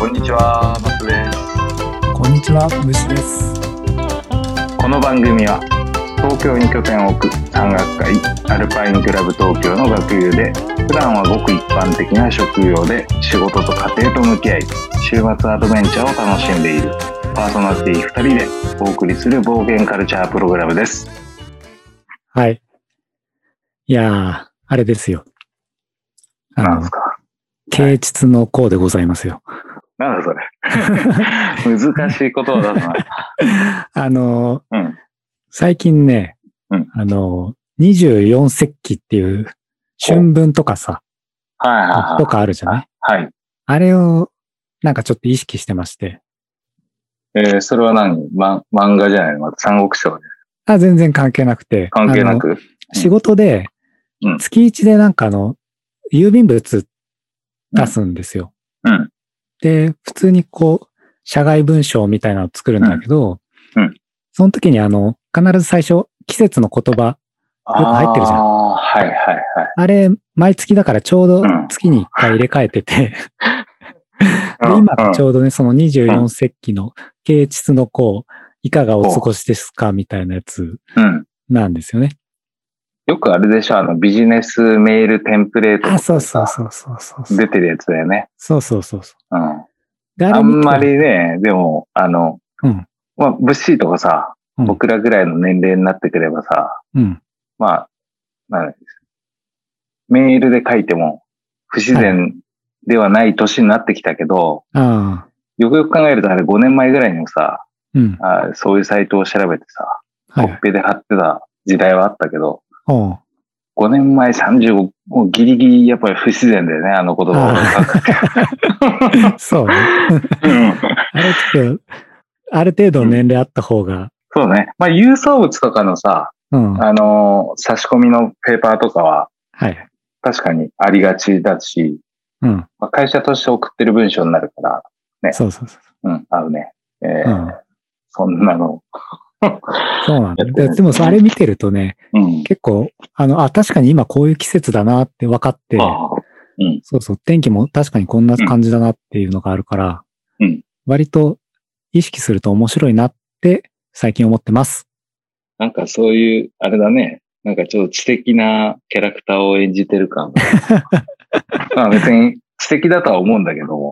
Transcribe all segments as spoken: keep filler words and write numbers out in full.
こんにちは、マスです。 こんにちは、ムシです。 この番組は東京に拠点を置く山岳会アルパインクラブ東京の学友で、普段はごく一般的な職業で仕事と家庭と向き合い、週末アドベンチャーを楽しんでいるパーソナリティふたりでお送りする冒険カルチャープログラムです。 はい。いやー、あれですよ。 なんですか。 啓蟄の項でございますよ。 なんだそれ。難しいことを出すな。 あの、 うん、 最近ね、 うん、 あの、にじゅうよん節気っていう春分とかさ、 はいはいはい、 とかあるじゃない？ はい。 あれをなんかちょっと意識してまして。 えー、それは何、ま、漫画じゃないの？三国志とかで。 あ、全然関係なくて。 関係なく、うん、 仕事で、月一でなんかあの、郵便物出すんですよ。 うんうん、 で、普通にこう、社外文章みたいなのを作るんだけど、 うんうん、 その時にあの、必ず最初、季節の言葉、よく入ってるじゃん。 ああ、はいはいはい。 あれ、毎月だからちょうど月にいっかい入れ替えてて、うん、で、今ちょうどね、そのにじゅうよん節気の啓蟄の項、いかがお過ごしですかみたいなやつなんですよね。 よくあれでしょ、あのビジネスメールテンプレートとか。 あ、そうそうそうそうそう。 出てるやつだよね。 そうそうそうそう。 うん。で、あ, あんまりね、でも、あの、うん。まあ、ブッシーとかさ、うん、僕らぐらいの年齢になってくればさ、うん。まあ、なんです。メールで書いても不自然ではない年になってきたけど、はい、よくよく考えるとあれごねんまえぐらいにもさ、うん、あそういうサイトを調べてさ、はい、コッペで貼ってた時代はあったけど、はい、ごねんまえさんじゅうご、もうギリギリやっぱり不自然だよね、あの言葉を書く。 そうね。あれちょっと、ある程度年齢あった方が。 うん、そうね。まあ郵送物とかのさ、うん、あの、差し込みのペーパーとかは、はい、確かにありがちだし、うん、まあ、会社として送ってる文章になるから、ね。 そうそうそう。 うん、合うね。えーうん、そんなの。 そうなんだ。でもあれ見てるとね、うん、結構、あの、あ、確かに今こういう季節だなって分かって、うん、そうそう、天気も確かにこんな感じだなっていうのがあるから、うん、割と意識すると面白いなって最近思ってます。 なんかそういう、あれだね、なんかちょっと知的なキャラクターを演じてる感が。まあ別に知的だとは思うんだけども。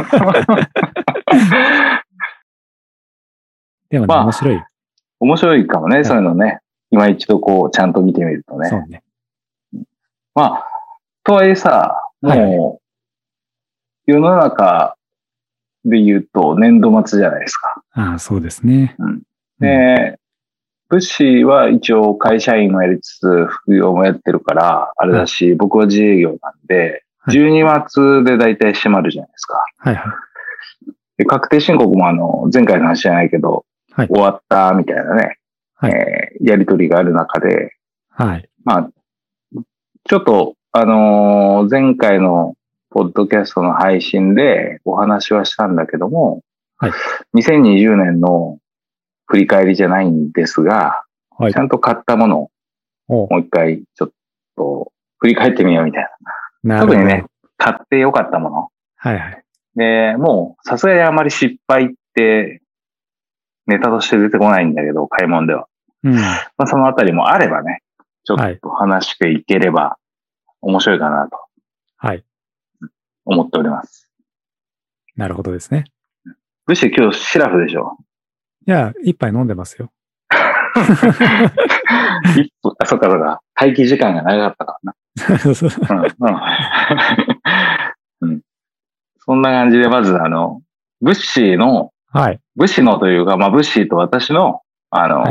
でもね、まあ、面白い。 面白いかもね、そういうのね。今一度こう、ちゃんと見てみるとね。 そうね。 まあ、とはいえさ、もう、はい、世の中で言うと年度末じゃないですか。 ああ、そうですね。 うん、で、うん、ブッシーは一応会社員もやりつつ、副業もやってるから、あれだし、はい、僕は自営業なんで、はい、じゅうにがつで大体閉まるじゃないですか。はいはい。で、確定申告もあの、前回の話じゃないけど、はい、終わったみたいなね、はい、えー、やりとりがある中で、はい。まあ、ちょっと、あのー、前回のポッドキャストの配信でお話はしたんだけども、はい。にせんにじゅうねんの振り返りじゃないんですが、はい、ちゃんと買ったものをもう一回ちょっと振り返ってみようみたいな。特にね、買ってよかったもの。はいはい。で、もうさすがにあまり失敗ってネタとして出てこないんだけど、買い物では。うん。まあそのあたりもあればね、ちょっと話していければ面白いかなと。はい。思っております。 なるほどですね。 ブッシー今日シラフでしょ？ いや、一杯飲んでますよ。 一分、あ、そっかそっか。待機時間が長かったからな。そうそう。うんうん、そんな感じで、まずあの、ブッシーの、はい。ブッシーのというか、まあ、ブッシーと私の、あの、はい、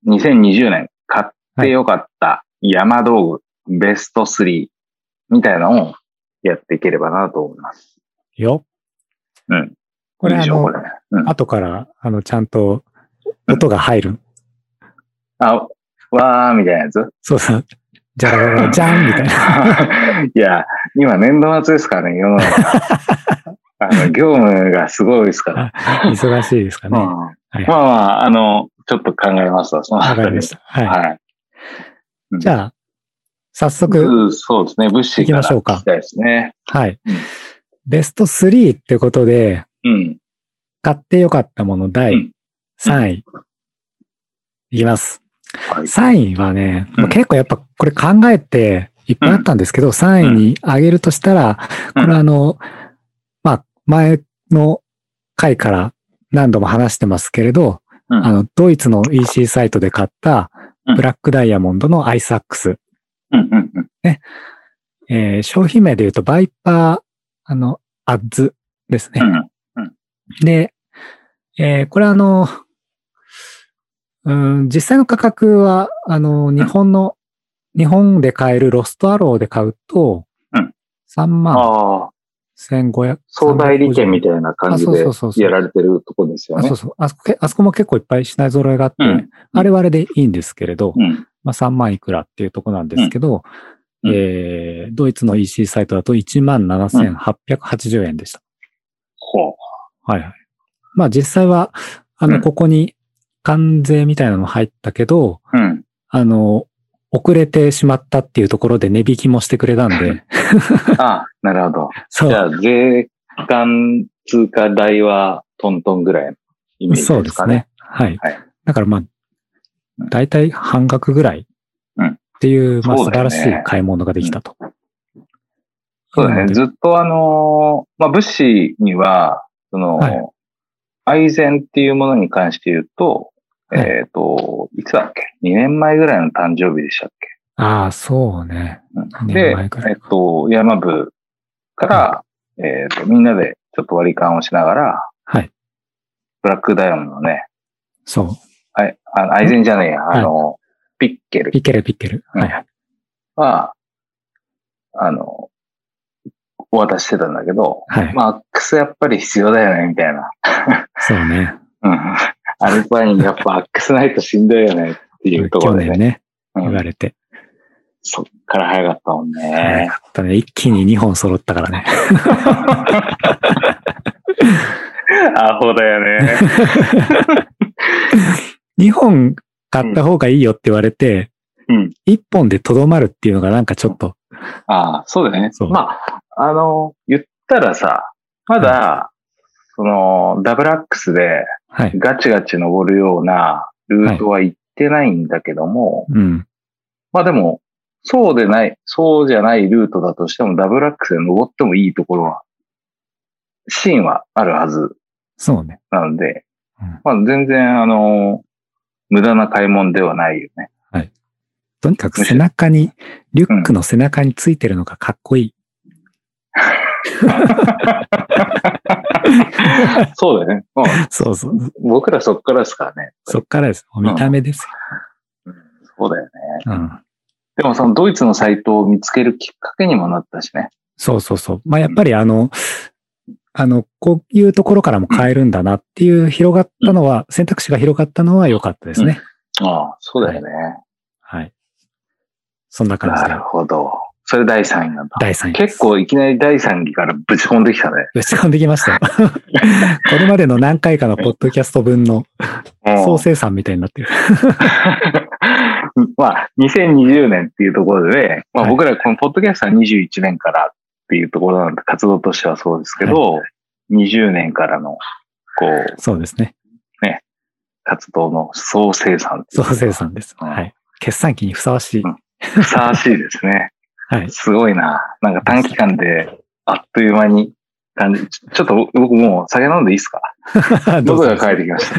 にせんにじゅうねん買ってよかった山道具ベストスリーみたいなのをやっていければなと思います。 よ。うん。これあの、ねうん、後から、あの、ちゃんと音が入る。うん、 あ、わーみたいなやつ？ そうそう。じゃらららじゃんみたいな。 いや、今年度末ですからね、世の中。あの業務がすごいですから。 忙しいですかね。うんはい、まあまあ、あの、ちょっと考えますわ、そのあたり。 わかりました。はい。 はいうん、じゃあ、早速、 うん。そうですね、物資から行きましょうか。行きたいですね。 はい。うん、ベストスリーってことで、 うん。 買ってよかったものだいさんい。うん、いきます。はい、さんいはね、うん、結構やっぱこれ考えていっぱいあったんですけど、うん、さんいに上げるとしたら、これはあの、まあ、前の回から何度も話してますけれど、うん、あの、ドイツの イーシー サイトで買ったブラックダイヤモンドのアイスアックス。ね。えー、商品名で言うとバイパー、あの、アッズですね。うんうん、で、えー、これあの、うん、実際の価格は、あの、日本の、うん、日本で買えるロストアローで買うと、さんまんせんごひゃく。 総代理店みたいな感じでやられてるとこですよね。 そうそう。あそこ、あそこも結構いっぱい品揃えがあって、うん、あれはあれでいいんですけれど、うん、まあさんまんいくらっていうとこなんですけど、うん、えー、ドイツの イーシー サイトだと いちまんななせんはっぴゃくはちじゅうえんでした。 ほう。 はいはい。まあ実際は、あの、ここに関税みたいなの入ったけど、うん、あの、遅れてしまったっていうところで値引きもしてくれたんで。 ああ、なるほど。そう。じゃあ、税関通貨代はトントンぐらいのイメージですかね。そうですね。 はい。はい、だからまあ、だいたい半額ぐらいっていう、うん、まあ素晴らしい買い物ができたと。 そうだね。ずっとあの、まあ物資には、その、はい、アイゼンっていうものに関して言うと、はい、えっと、いつだっけ ?に 年前ぐらいの誕生日でしたっけ？ ああ、そうね。 で、えっと、山部から、はい、えっと、みんなでちょっと割り勘をしながら、はい。ブラックダイヤモンドのね、 そう。 はい、あの、アイゼンじゃねえや、あの、はい、ピッケル。 ピッケル、ピッケル。はいはい。 は、あの、お渡ししてたんだけど、はい。まあ、アックスやっぱり必要だよね、みたいな。 そうね。 うん。アルパインやっぱアックスないとしんどいよねっていうところでね。 去年ね、言われて。 そっから早かったもんね。 早かったね。一気ににほん揃ったからね。 アホだよね。 にほん買った方がいいよって言われて、うん、いっぽんでとどまるっていうのがなんかちょっと。 ああ、そうだよね。まあ、あの、言ったらさ、まだ、はい、その、ダブルアックスでガチガチ登るようなルートは行ってないんだけども、はい、うん、まあでも、そうでない、そうじゃないルートだとしてもダブルアックスで登ってもいいところは、シーンはあるはず。 そうね。 なので、うん、まあ全然あの、無駄な買い物ではないよね。 はい。とにかく背中に、リュックの背中についてるのがかっこいい。 うん、そうだよね。うん、 そうそう。 僕らそっからですからね。 そっからです。見た目ですよ、うん。そうだよね。うんでもそのドイツのサイトを見つけるきっかけにもなったしね。 そうそうそう。まあやっぱりあの、うん、あの、こういうところからも買えるんだなっていう広がったのは、うん、選択肢が広がったのは良かったですね。 うん、ああ、そうだよね、はい。 はい。そんな感じで。 なるほど。それだいさんいなんだ。 だいさんい。 結構いきなりだいさんいからぶち込んできたね。 ぶち込んできましたよ。これまでの何回かのポッドキャスト分の総生産みたいになってる。 まあ、にせんにじゅうねんっていうところで、ね、まあ僕らこのポッドキャストはにじゅういちねんからっていうところなんで、活動としてはそうですけど、はい、にじゅうねんからの、こう。 そうですね。 ね。活動の総生産。 総生産です。うん、はい。決算期にふさわしい。うん、 ふさわしいですね。はい。すごいな。なんか短期間であっという間に感じ、ちょっと僕もう酒飲んでいいですか？喉が渇いてきました。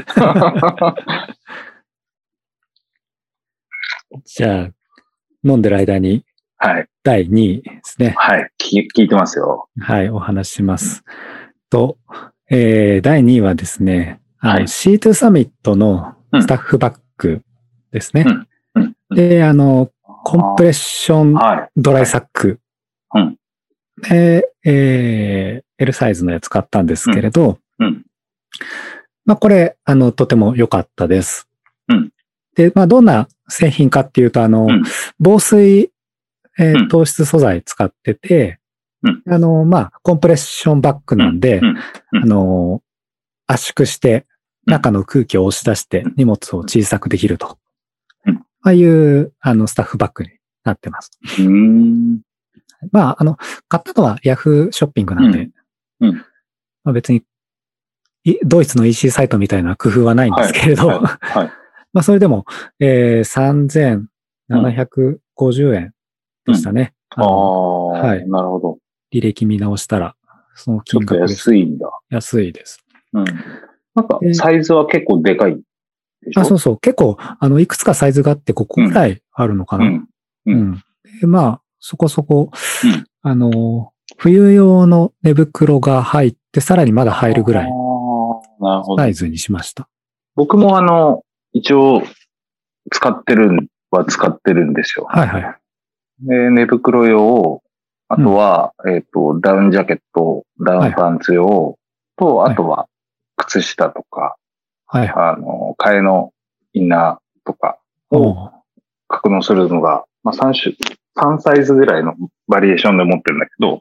じゃあ、飲んでる間に、 はい。 だいにいですね。 はい。聞, 聞いてますよ。 はい、お話しします。と、えー、だいにいはですね、あの、はい、シーツー サミットのスタッフバッグですね。うんうんうん、で、あの、コンプレッションドライサック。はいはい、うん、で、えー、L サイズのやつ買ったんですけれど、うんうん、まあこれ、あの、とても良かったです。うん、で、まあどんな製品かっていうと、あの、うん、防水、えー、糖質素材使ってて、うん、あの、まあコンプレッションバッグなんで、うんうん、あの、圧縮して中の空気を押し出して荷物を小さくできると。ああいう、あの、スタッフバッグになってます。うーんまあ、あの、買ったのはヤフーショッピングなんで、うんうんまあ、別にドイツの イーシー サイトみたいな工夫はないんですけれど、はいはいはい、まあそれでも、えー、さんぜんななひゃくごじゅうえんでしたね。 うん、ああ、はい、なるほど。 履歴見直したら、その金額です。 ちょっと安いんだ。 安いです。 うん。なんか、サイズは結構でかいでしょ？ あ、そうそう。結構、あの、いくつかサイズがあってごこぐらいあるのかな。うん。うん。うん、でまあ、そこそこ、うん、あの、冬用の寝袋が入って、さらにまだ入るぐらい、サイズにしました。 僕もあの、一応、使ってるんは使ってるんですよ。 はいはい。 で、寝袋用、あとは、うん、えっと、ダウンジャケット、ダウンパンツ用、はい、と、あとは、靴下とか、はい、あの、替えのインナーとかを格納するのが、まあさん種、さんサイズぐらいのバリエーションで持ってるんだけど、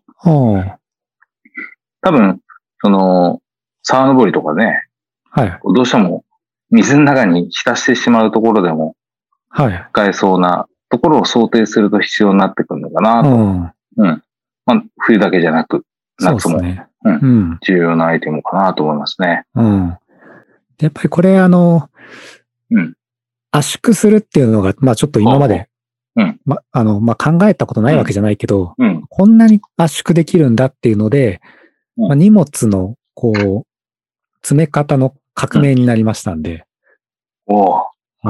多分、その、沢登りとかね、はい、どうしても水の中に浸してしまうところでも、はい、使えそうなところを想定すると必要になってくるのかなと。うん。うん。まあ、冬だけじゃなく、夏も、ね、うん、うん、重要なアイテムかなと思いますね。 うん。やっぱりこれ、あの、うん、圧縮するっていうのが、まあちょっと今まで、うん、ま、あの、まあ考えたことないわけじゃないけど、うんうん、こんなに圧縮できるんだっていうので、まあ、荷物の、こう、詰め方の革命になりましたんで。 うん、おうん、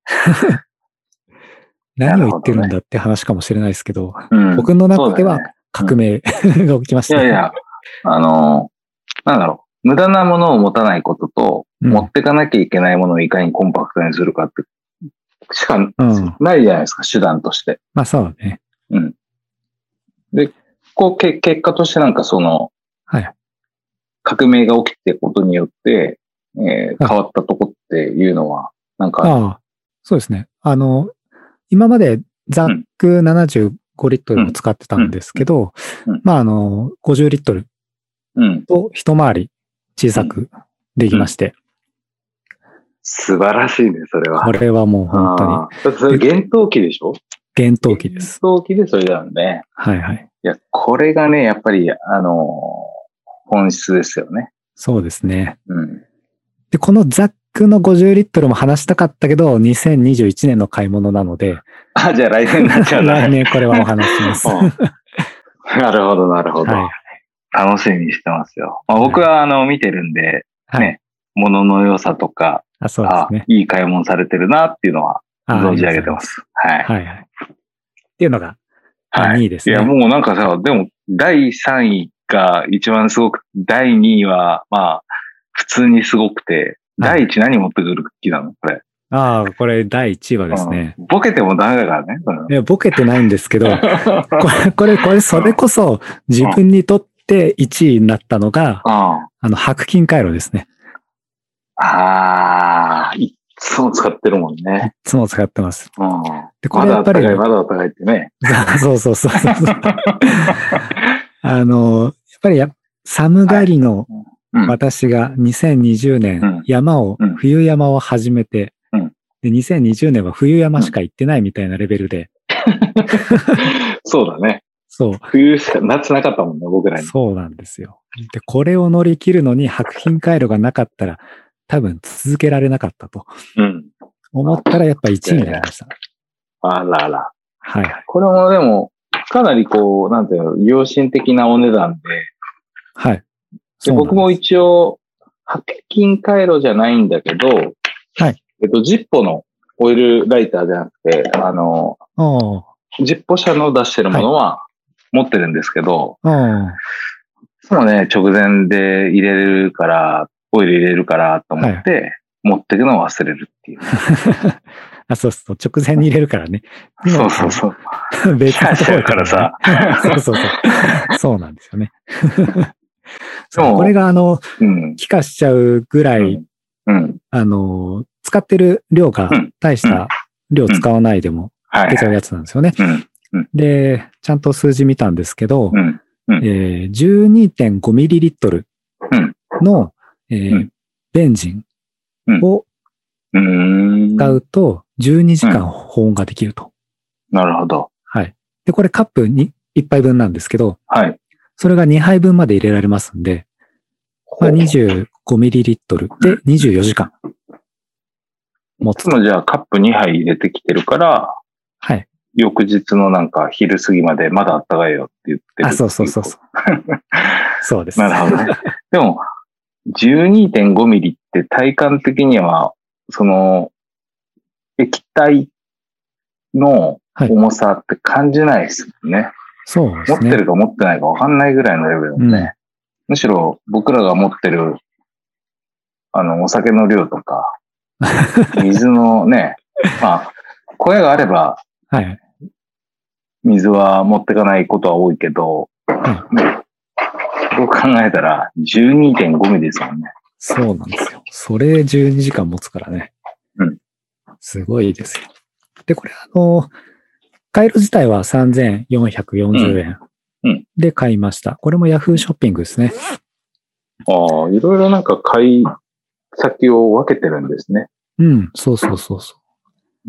何を言ってるんだって話かもしれないですけど、どね、僕の中では革命が起きました、 ね。いやいや、あの、なんだろう、無駄なものを持たないことと、うん、持ってかなきゃいけないものをいかにコンパクトにするかってしかないじゃないですか、うん、手段として。 まあそうね。 うん。で、こう、け結果としてなんかその、はい。革命が起きてことによって、えー、変わったとこっていうのは、なんか。 ああ、そうですね。あの、今までザックななじゅうごリットルを使ってたんですけど、うんうんうん、まああの、ごじゅうリットルと一回り小さくできまして。 素晴らしいね、それは。 これはもう本当に。それ厳冬期でしょ？ 厳冬期です。 厳冬期でそれだよね。 はいはい。 いや、これがね、やっぱり、あの、本質ですよね。 そうですね。うん。で、このザックのごじゅうリットルも話したかったけど、にせんにじゅういちねんの買い物なので。 あ、じゃあ来年になっちゃうんだ、ね。 来年これはお話します。 なるほど、なるほど。はい、楽しみにしてますよ。まあ、僕は、あの、見てるんで、はい、ね、物の良さとか、 あ、そうですね。 いい買い物されてるなっていうのは存じ上げてます。はい。 はいはい。っていうのが、はい、にいですね。 いや、もうなんかさ、でも、だいさんいが一番すごく、だいにいは、まあ、普通にすごくて、だいいち何持ってくる気なのこれ。 ああ、これだいいちいはですね、 うん。ボケてもダメだからね。 いや、ボケてないんですけど、これ、これ、これ、それこそ自分にとっていちいになったのが、うん、あの、白金回路ですね。 ああ、いつも使ってるもんね。 いつも使ってます。 うん、で、これやっぱり。まだお互い、まだお互いってね。 そうそうそうそう。あの、やっぱりや、寒がりの私がにせんにじゅうねん山を、冬山を始めて、で、にせんにじゅうねんは冬山しか行ってないみたいなレベルで。 そうだね。 そう。 冬しか、夏なかったもんね、僕らに。 そうなんですよ。で、これを乗り切るのに白金回路がなかったら、多分続けられなかったと。うん。思ったらやっぱいちいになりました。 あらら。 はいはい。 これもでも、かなりこう、なんていうの、良心的なお値段で。 はい。 で僕も一応、白金回路じゃないんだけど、はい。えっと、ジッポのオイルライターじゃなくて、あの、ジッポ社の出してるものは持ってるんですけど、はい、いつもね、直前で入れるから、オイル入れるからと思って、はい、持っていくのを忘れるっていう。 あ、そうそう、直前に入れるからね。 そうそうそう。別のところからさ。 そうそうそう。そうなんですよね。そうこれがあの、うん、気化しちゃうぐらい、うんうん、あの、使ってる量が大した量使わないでも出ちゃうやつなんですよね。で、ちゃんと数字見たんですけど、うんうんえー、じゅうにてんごミリリットルの、えーうん、ベンジンを使うとじゅうにじかん保温ができると。 なるほど。 はい。で、これカップにいっぱいぶんなんですけど、 はい。 それがにはいぶんまで入れられますんで、まあ、にじゅうごミリリットル でにじゅうよじかん持つ。 いつもじゃあカップにはい入れてきてるから、 はい。 翌日のなんか昼過ぎまでまだあったかいよって言ってる。 あ、そうそうそうそう。そうです。 なるほどね。でも、じゅうにてんごミリって体感的には、その、液体の重さって感じないですもんね。はい、 そうですね。 持ってるか持ってないか分かんないぐらいのレベルだもんね。うん、むしろ僕らが持ってる、あの、お酒の量とか、水のね、まあ、声があれば、 はい。 水は持ってかないことは多いけど、はい、そう考えたら じゅうにてんごミリですもんね。 そうなんですよ。それじゅうにじかん持つからね。 うん。 すごいですよ。で、これあの、回路自体はさんぜんよんひゃくよんじゅうえんで買いました。これも Yahoo ショッピングですね。 ああ、いろいろなんか買い先を分けてるんですね。 うん、そうそうそうそう。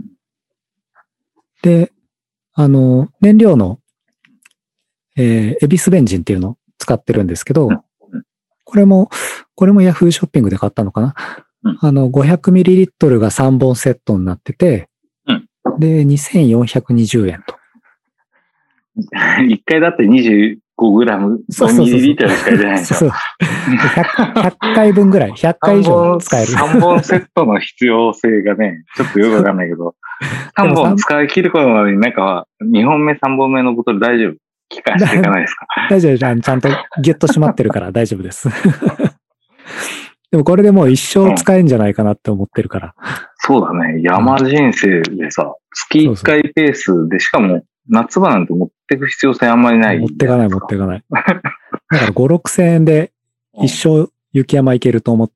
で、あの、燃料の、えー、エビスベンジンっていうのを使ってるんですけど、うん、これも、これも Yahoo ショッピングで買ったのかな、うん、あの、ごひゃくミリリットル がさんぼんセットになってて、うん、で、にせんよんひゃくにじゅうえんと。 いっかいだってにじゅうごグラム、ごミリリットルしか入れないでしょ。そうそうそう。 ひゃく, ひゃっかいぶんぐらい、ひゃっかい以上使える。 さんぼんセットの必要性がね、ちょっとよくわかんないけど、さんぼん使い切ることまでになんか、にほんめ、さんぼんめのボトル大丈夫？機械していかないですか？ 大丈夫。ちゃんとギュッと締まってるから大丈夫です。でもこれでもう一生使えんじゃないかなって思ってるから。うん、 そうだね。山人生でさ、月いっかいペースで、しかも夏場なんて持ってく必要性あんまりない。 持ってかない持ってかない。だからご、ろくせんえんで一生雪山行けると思って。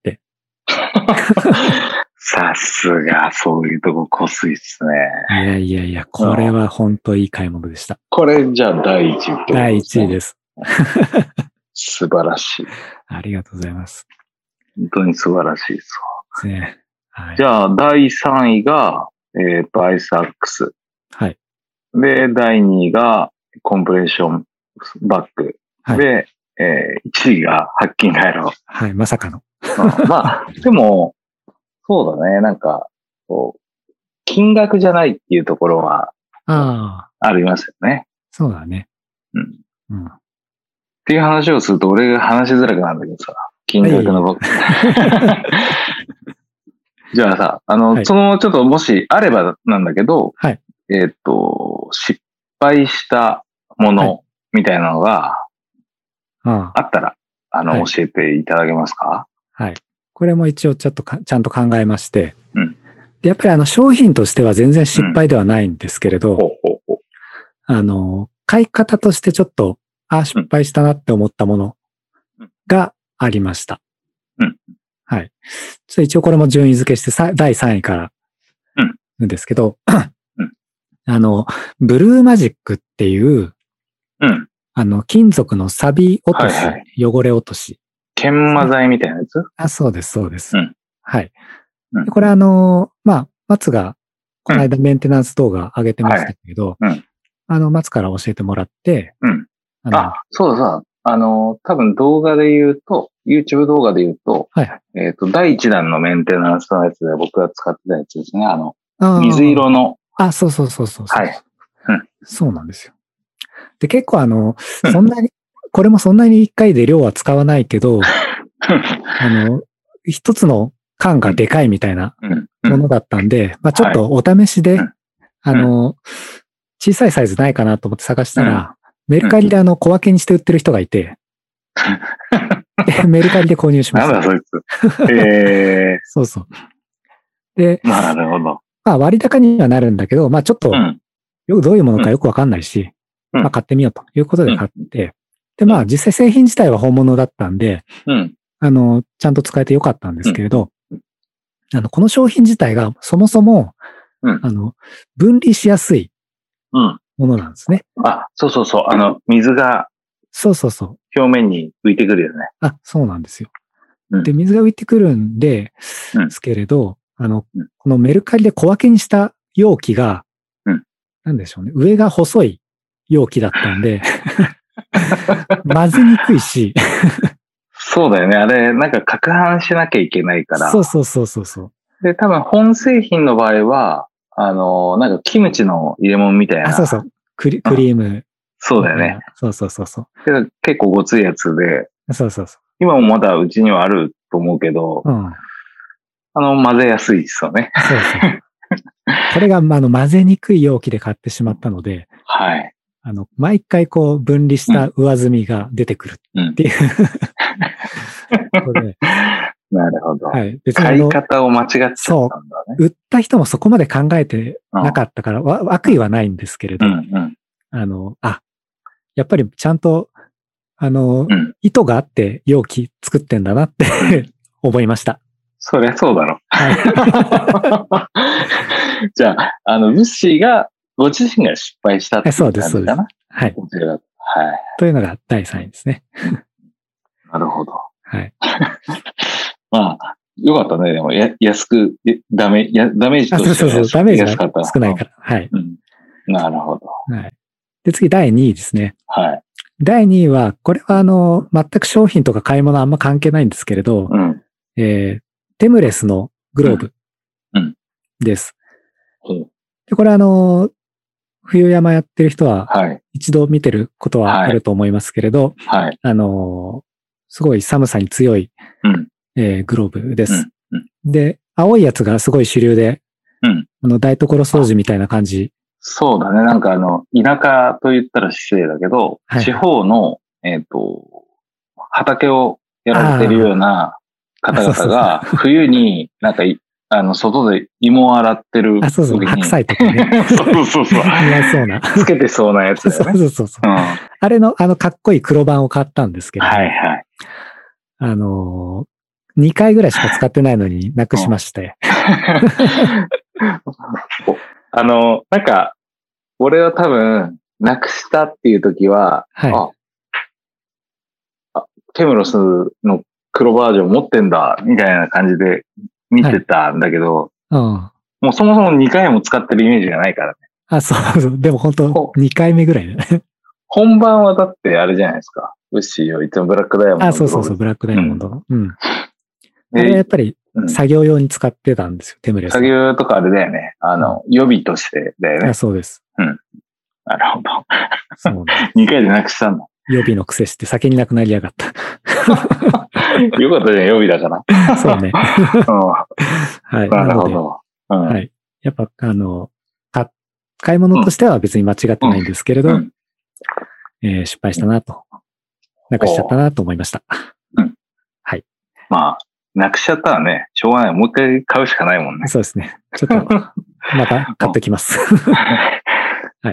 さすが、そういうとここすいっすね。 いやいやいや、これは本当いい買い物でした。 これじゃあだいいちいってことですね。 だいいちいです。 素晴らしい。 ありがとうございます。 本当に素晴らしいですわ。ね、はい、 じゃあ、だいさんいが、えっと、アイスアックス。 はい。 で、だいにいがコンプレッションバッグ。はい、で、えー、いちいがハッキン回路。 はい、まさかの。 うん、まあ、でも、そうだね、なんか、こう、金額じゃないっていうところは、あありますよね。 そうだね。 うん。うん。っていう話をすると、俺が話しづらくなるんだけどさ、金額の僕。じゃあさ、あの、はい、その、ちょっともしあればなんだけど、 はい、 えっと、失敗したものみたいなのがあったら、はい、あの、はい、教えていただけますか？ はい。これも一応ちょっとかちゃんと考えまして、 うん、 でやっぱりあの商品としては全然失敗ではないんですけれど、うん、ほうほうほうあの、買い方としてちょっと、あ、失敗したなって思ったものがありました。 うん、 はい。ちょっと一応これも順位付けしてさだいさんいからなんですけど、 うん、 あの、ブルーマジックっていう、 うん、 あの、金属の錆落とし、はいはい、汚れ落とし。 研磨剤みたいなやつ？ あ、そうです、そうです。 うん、 はい。でこれあの、まあ、松が、この間メンテナンス動画上げてましたけど、 うんはいうん、 あの、松から教えてもらって、 うん、あ, あ、そうだそうだ。あの、多分動画で言うと、YouTube 動画で言うと、 はいはい、 えっと、だいいちだんのメンテナンスのやつで僕が使ってたやつですね。あの、水色の。 あ、そうそうそうそうそう。 はい、うん。 そうなんですよ。で、結構あの、そんなに、うん、これもそんなに一回で量は使わないけど、あの、一つの缶がでかいみたいなものだったんで、まあちょっとお試しで、あの、小さいサイズないかなと思って探したら、メルカリであの小分けにして売ってる人がいて、メルカリで購入しました。 なんだそいつ。えー、 そうそう。で、 なるほど。 まあ割高にはなるんだけど、まあちょっと、よくどういうものかよくわかんないし、まあ買ってみようということで買って、でまあ実際製品自体は本物だったんで、 うんあの、ちゃんと使えてよかったんですけれど、うん、あの、この商品自体がそもそも、 うん、 あの、分離しやすいものなんですね。 うん、あ、そうそうそう。あの、水が、 そうそうそう。 表面に浮いてくるよね。 あ、そうなんですよ。うん、で、水が浮いてくるんで、うん、ですけれど、あの、うん、このメルカリで小分けにした容器が、 うん、 なんでしょうね。上が細い容器だったんで、混ぜにくいし、 そうだよね。あれ、なんか、攪拌しなきゃいけないから。 そうそうそうそうそう。 で、多分、本製品の場合は、あの、なんか、キムチの入れ物みたいな。 あ、そうそう。クリクリーム、うん。 そうだよね。 そうそうそうそう。 結構ごついやつで。 そうそうそう。 今もまだうちにはあると思うけど、うん、あの、混ぜやすいですよね。 そうそう。これが、まあ、あの、混ぜにくい容器で買ってしまったので、 はい。 あの、毎回こう、分離した上積みが出てくるっていう、うん。でなるほど。 はい。 別に買い方を間違っちゃったんだね。 そう。売った人もそこまで考えてなかったから、うん、悪意はないんですけれど、うんうん、あの、あ、やっぱりちゃんと、あの、うん、意図があって容器作ってんだなって思いました。 そりゃそうだろ。はい、じゃあ、あの、ウッシーが、ご自身が失敗したっていう感じかな。そうです、そうです。 はい。はい。というのがだいさんいですね。 なるほど。 はい。 まあ、よかったね。でも、や、安く、ダメ、や、ダメージとしてはそうそうそう、ダメージが少ないから。はい、 うん。なるほど。 はい。で、次、だいにいですね。 はい。 だいにいは、これはあの、全く商品とか買い物あんま関係ないんですけれど、うん、えー、テムレスのグローブです。うんうん、で、これあの、冬山やってる人は、一度見てることはあると思いますけれど、 はいはい、 あの、すごい寒さに強い、うんえー、グローブです、うんうん。で、青いやつがすごい主流で、うん、あの台所掃除みたいな感じ。 そうだね。なんかあの、田舎と言ったら失礼だけど、はい、地方の、えっと、畑をやられてるような方々が、冬になんか、あの、外で芋を洗ってる時に。 あ、そうそう、白菜とかね。 そうそうそう。 似合いそうな。 つけてそうなやつだよね。 そうそうそう。うん、あれの、あの、かっこいい黒板を買ったんですけど、 はいはい。 あのー、にかいぐらいしか使ってないのになくしまして。 あの、なんか、俺は多分、なくしたっていう時は、はい、あ、あ、テムロスの黒バージョン持ってんだ、みたいな感じで見てたんだけど、はい、うん、もうそもそもにかいも使ってるイメージがないからね。 あ、そうそう。でも本当にかいめぐらいだね。 本番はだってあれじゃないですか。ウッシーよ、いつもブラックダイヤモンド。 あ、そうそうそう、ブラックダイヤモンドの。うん。うん、あれはやっぱり作業用に使ってたんですよ、テムレス。 作業とかあれだよね。あの、予備としてだよね。 あ、そうです。 うん。なるほど。そうにかいでなくしたんだ。 予備の癖して先になくなりやがった。 よかったじゃん、予備だから。 そうね。はい。 なるほど。 うん、はい。やっぱ、あの、買い物としては別に間違ってないんですけれど、うんうんえー、失敗したなと。なくしちゃったなと思いました。 うん。 はい。 まあ、なくしちゃったらね、しょうがない。もう一回買うしかないもんね。 そうですね。ちょっと、また買ってきます。はい。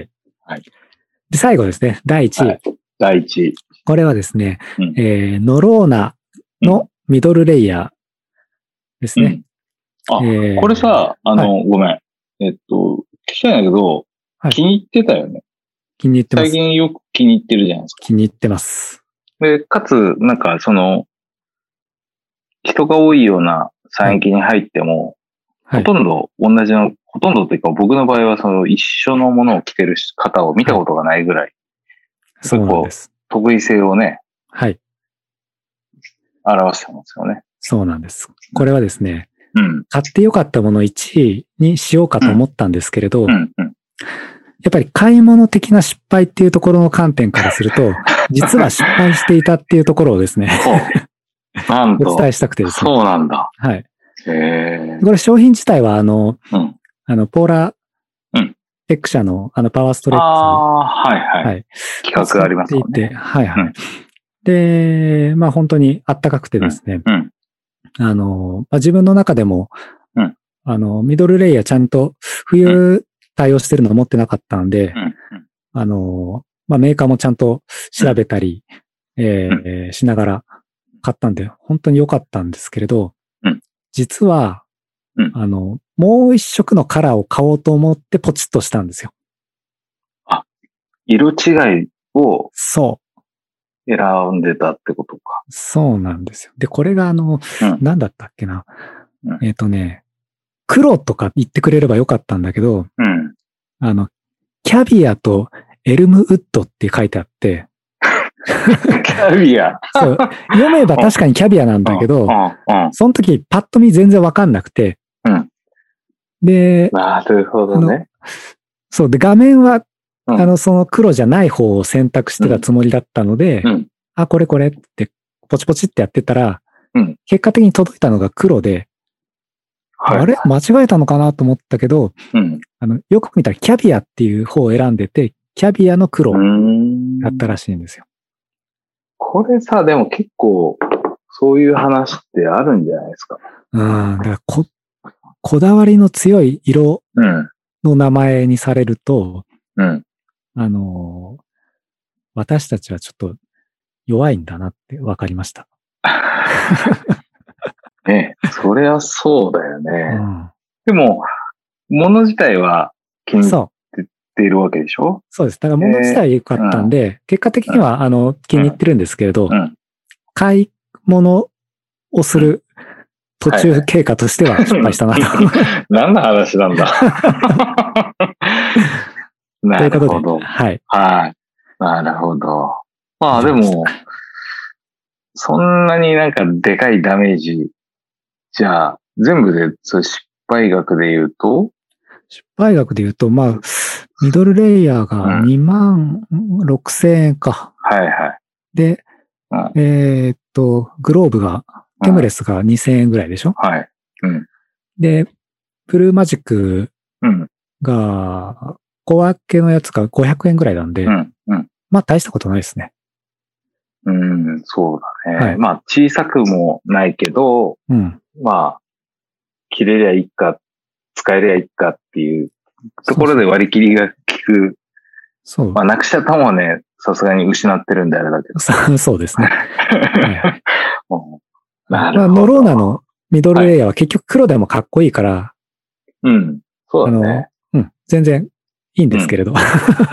はい。 で、最後ですね。だいいちい。はい、 だいいちい。 これはですね、うんえー、ノローナのミドルレイヤーですね。 うん、あ、えー、これさ、あの、はい、ごめん。えっと、聞きたいんだけど、はい、気に入ってたよね。 気に入ってます。 最近よく気に入ってるじゃないですか。 気に入ってます。 で、かつ、なんかその、人が多いような山域に入っても、はい、ほとんど同じの、ほとんどっていうか僕の場合はその一緒のものを着てる方を見たことがないぐらい、はい、 そうなんです。 得意性をね、 はい。 表してますよね。 そうなんです。これはですね、 うん、 買ってよかったものいちいにしようかと思ったんですけれど、 うんうんうん、 やっぱり買い物的な失敗っていうところの観点からすると、実は失敗していたっていうところをですね、 なんとお伝えしたくてですね。そうなんだ。 はい。 へー。 これ商品自体はあの、 うん、 あの、ポーラテック社のあのパワーストレッチ。 ああ、はいはい。はい、企画がありますもんね。 はいはい。うん、で、まあ本当にあったかくてですね、 うんうん、あの、まあ、自分の中でも、 うん、 あの、ミドルレイヤーちゃんと冬対応してるのを持ってなかったんで、 うんうん、 あの、まあ、メーカーもちゃんと調べたり、うんえー、しながら買ったんで、本当に良かったんですけれど、 うん、 実は、 うん、 あの、もう一色のカラーを買おうと思ってポチッとしたんですよ。 あ、色違いをそう。 選んでたってことか。 そうなんですよ。で、これがあの、 うん、 何だったっけな。 うん、 えっとね、黒とか言ってくれればよかったんだけど、 うん、 あの、キャビアとエルムウッドって書いてあって、 キャビア。 そう。読めば確かにキャビアなんだけど、その時パッと見全然わかんなくて。 うん、 で、 なるほどね。 そう。で、画面は、うん、あの、その黒じゃない方を選択してたつもりだったので、うん、あ、これこれってポチポチってやってたら、うん、結果的に届いたのが黒で、はい、あれ間違えたのかなと思ったけど、うん、あのよく見たらキャビアっていう方を選んでて、キャビアの黒だったらしいんですよ。 これさ、でも結構、そういう話ってあるんじゃないですか。 うん。だからこ、こだわりの強い色の名前にされると、うん、あの、私たちはちょっと弱いんだなって分かりました。 ね、そりゃそうだよね。うん、でも、物自体は気に入っているわけでしょ？ そうです。だから物自体良かったんで、えーうん、結果的には、あの、気に入ってるんですけれど、うん、買い物をする途中経過としては失敗したなと。 何の話なんだ。なるほど。 はい。 はい。なるほど。まあでも、そんなになんかでかいダメージ、じゃあ、全部で失敗額で言うと失敗額で言うと、まあ、ミドルレイヤーがにまんろくせんえんか。 うん、はいはい。 で、うん、えー、っと、グローブが、テムレスがにせんえんぐらいでしょ、 うん、はい。うん、 で、ブルーマジックが、小分けのやつがごひゃくえんぐらいなんで、うんうん、まあ大したことないですね。 うん、そうだね。はい、まあ小さくもないけど、うん、まあ、切れりゃいいか、使えりゃいいかっていうところで割り切りが効く。 そう。 まあなくしちゃったもんはね、さすがに失ってるんであれだけど。 そうですね。はいはい、 なるほど。 まあ、ノローナのミドルレイヤーは結局黒でもかっこいいから、はい、 うん。そうだね。 あの、うん、全然いいんですけれど。うん、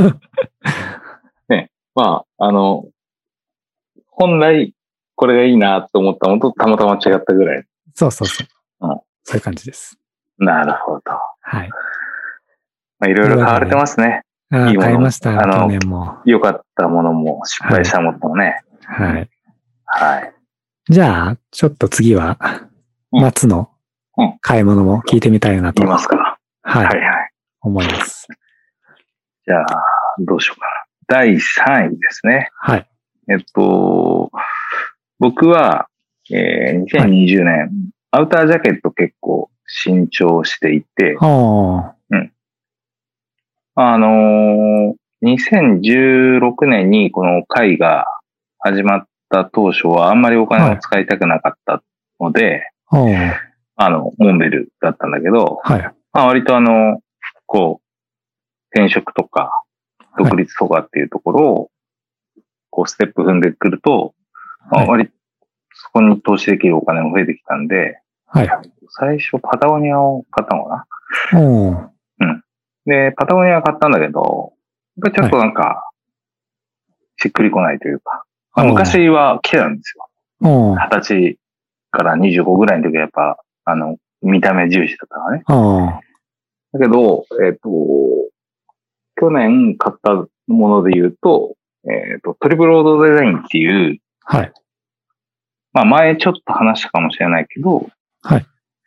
ね、まあ、あの、本来これがいいなと思ったのとたまたま違ったぐらい。 そうそうそう。うん、そういう感じです。 なるほど。 はい。 まあ、いろいろ買われてますね。 ああ、買いましたよ、去年も。 良かったものも失敗したものもね。 はい。 はい。 じゃあ、ちょっと次は、夏の買い物も聞いてみたいなと。 言いますか。 はい。 はいはい。 思います。 じゃあ、どうしようかな。だいさんいですね。 はい。 えっと、僕は、えー、にせんにじゅうねん、はい、アウタージャケット結構新調していて、 あうん。あのー、にせんじゅうろくねんにこの会が始まった当初はあんまりお金を使いたくなかったので、 はい、 あの、モンベルだったんだけど、 はい、 まあ割とあの、こう、転職とか、独立とかっていうところを、こう、ステップ踏んでくると、はい、まあ、割、そこに投資できるお金も増えてきたんで、 はい。 最初パタゴニアを買ったのかな。うん。 で、パタゴニア買ったんだけど、やっぱりちょっとなんか、しっくりこないというか、まあ、昔は来てたんですよ。はたちからにじゅうごぐらいの時はやっぱ、あの、見た目重視だったからね。だけど、えっと、去年買ったもので言うと、えっと、トリプルロードデザインっていう、 はい。 まあ前ちょっと話したかもしれないけど、 はい。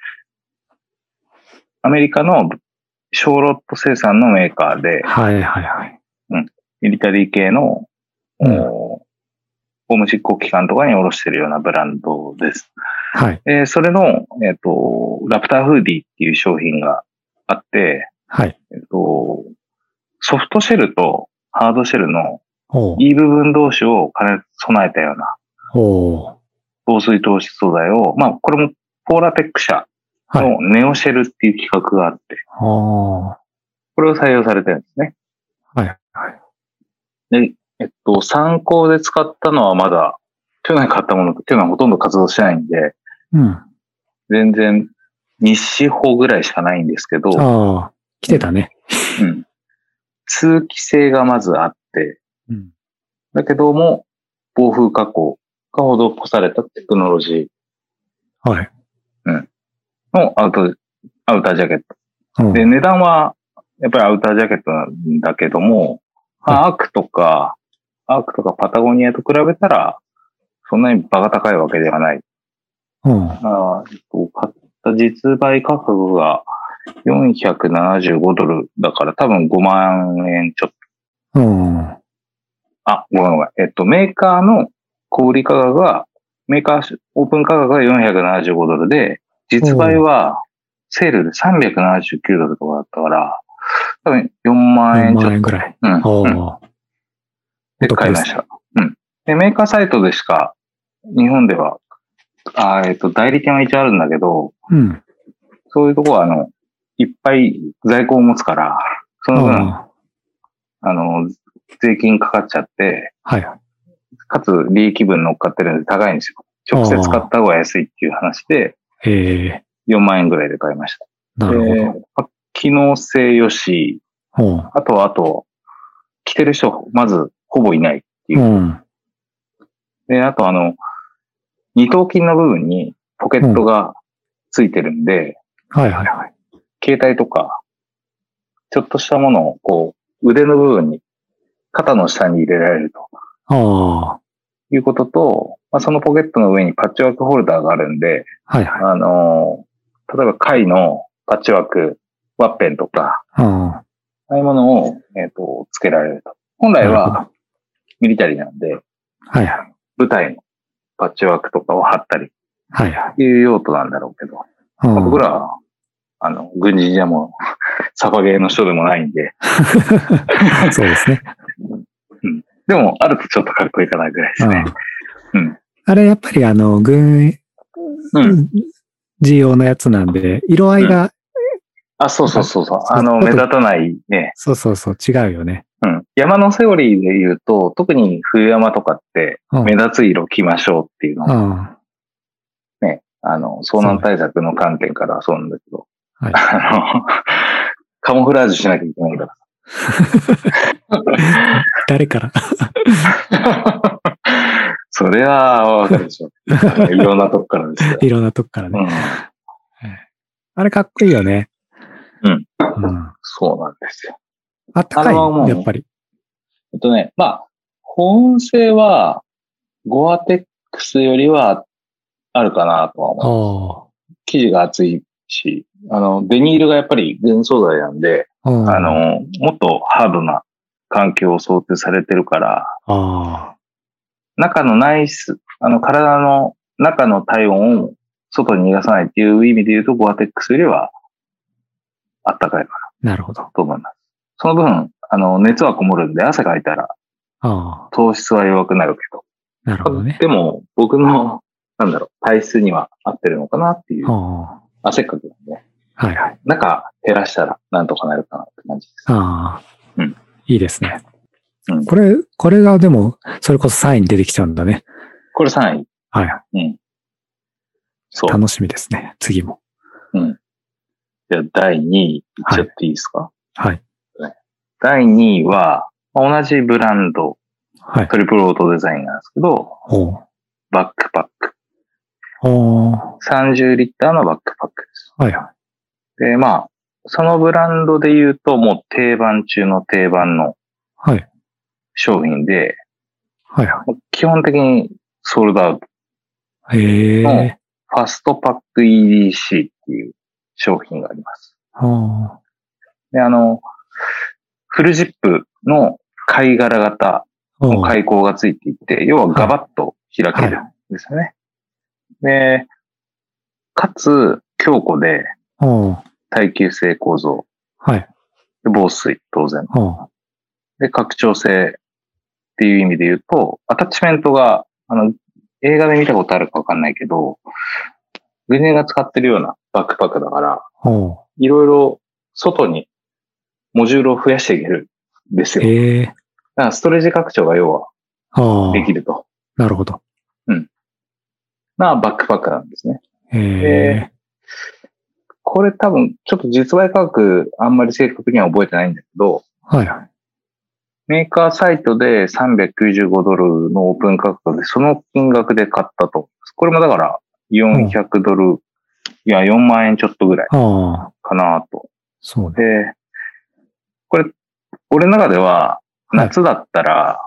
アメリカのショーロット生産のメーカーで、 はいはいはい。 うん。ミリタリー系の、うん、法務執行機関とかに卸してるようなブランドです。 はい。 で、それの、えっと、ラプターフーディーっていう商品があって、 はい。 えっと、ソフトシェルとハードシェルのいい部分同士を兼ね備えたような防水透湿素材を、まあ、これもポーラテック社のネオシェルっていう企画があって、はい、これを採用されてるんですね。 はい。はい。 で、えっと、参考で使ったのはまだ、去年買ったものと去年ほとんど活動してないんで、 うん、 全然日誌法ぐらいしかないんですけど、 ああ、来てたね。 うん。通気性がまずあって、 うん、だけども、防風加工が施されたテクノロジー、はい。 うん。のアウト、アウタージャケット。うん、で、値段は、やっぱりアウタージャケットなんだけども、はい、アークとか、 アークとかパタゴニアと比べたら、そんなにバカ高いわけではない。 うん。 あえっと、買った実売価格がよんひゃくななじゅうごドルだから多分ごまんえんちょっと。うん。 あ、ごめんごめん。えっと、メーカーの小売価格が、メーカーオープン価格がよんひゃくななじゅうごドルで、実売はセールでさんびゃくななじゅうきゅうドルとかだったから、多分よんまんえんちょっと。 よんまんえんぐらい。 うん。うん、で、買いました。うん。で、メーカーサイトでしか、日本では、あえっと、代理店は一応あるんだけど、 うん。 そういうとこは、あの、いっぱい在庫を持つから、その分、あ, あの、税金かかっちゃって、 はい。 かつ利益分乗っかってるんで高いんですよ。直接買った方が安いっていう話で、 えよんまんえんぐらいで買いました。 なるほど。 機能性よし、あとは、あと、着てる人、まず、ほぼいないっていう。うん、で、あと、あの、二頭筋の部分にポケットがついてるんで、 うん、はいはいはい。 携帯とか、ちょっとしたものを、こう、腕の部分に、肩の下に入れられると。 ああ。 いうことと、まあ、そのポケットの上にパッチワークホルダーがあるんで、 はいはい。 あの、例えば貝のパッチワーク、ワッペンとか、 あああいうものを、えっと、つけられると。本来は、ミリタリーなんで、 はいはい。 舞台のパッチワークとかを貼ったり、 はいはい。 いう用途なんだろうけど、まあ、僕らは、あの、軍人でも、サバゲーの人でもないんで。 そうですね。 うん。でも、あるとちょっとかっこいいかなぐらいですね。 うん。あれ、やっぱりあの、軍、うん。事用のやつなんで、色合いが、うん、 あ、そうそうそうそう。あの、目立たないね。 そうそうそう、違うよね。 うん。山のセオリーで言うと、特に冬山とかって、目立つ色着ましょうっていうのを、うん、ね、あの、遭難対策の観点からそうなんだけど、はい、あの、カモフラージュしなきゃいけないから。 誰からそれはわかるでしょ。いろんなとこからですよ。 いろんなとこからね、うん。あれかっこいいよね。 うん。うん、そうなんですよ。 あったかいよ、やっぱり。 えっとね、まあ、保温性は、ゴアテックスよりはあるかなとは思う。生地が厚いし、あの、デニールがやっぱり原素材なんで、あの、もっとハードな環境を想定されてるから、 あ中のナイス、あの、体の中の体温を外に逃がさないっていう意味で言うと、ゴアテックスよりはあったかいかな。なるほど。 と思います。その分、あの、熱はこもるんで、汗かいたら、糖質は弱くなるけど。 なるほどね。 でも、僕の、なんだろう、体質には合ってるのかなっていう。汗かくなんで。 はいはい。 中減らしたらなんとかなるかなって感じです。 ああ。 うん。 いいですね。うん、これ、これがでも、それこそさんいに出てきちゃうんだね。 これさんい。 はい。 うん。そう。 楽しみですね。次も。 うん。じゃあ、だいにい、いっちゃっていいですか？ はい。 だいにいは、同じブランド、 はい、 トリプルオートデザインなんですけど、バックパック。さんじゅうリッターのバックパックです。 はいはい。 で、まあ、そのブランドで言うと、もう定番中の定番の商品で、 はいはい、 基本的にソールドアウト。 へのファストパック イーディーシー っていう商品があります。で、あの、フルジップの貝殻型の開口がついていて、要はガバッと開けるんですよね。はいはい、で、かつ強固で耐久性構造。 はい、 で防水、当然。で、拡張性っていう意味で言うと、アタッチメントが、あの、映画で見たことあるかわかんないけど、グレネが使ってるようなバックパックだから、いろいろ外にモジュールを増やしていけるんですよ。 えー、だからストレージ拡張が要はできると。 なるほど。 うん。まあ、バックパックなんですね。 えー、これ多分、ちょっと実売価格あんまり正確には覚えてないんだけど、 はいはい。 メーカーサイトでさんびゃくきゅうじゅうごドルのオープン価格でその金額で買ったと。これもだからよんひゃくドル、いやよんまんえんちょっとぐらいかなと。 そうね。 で、これ、俺の中では夏だったら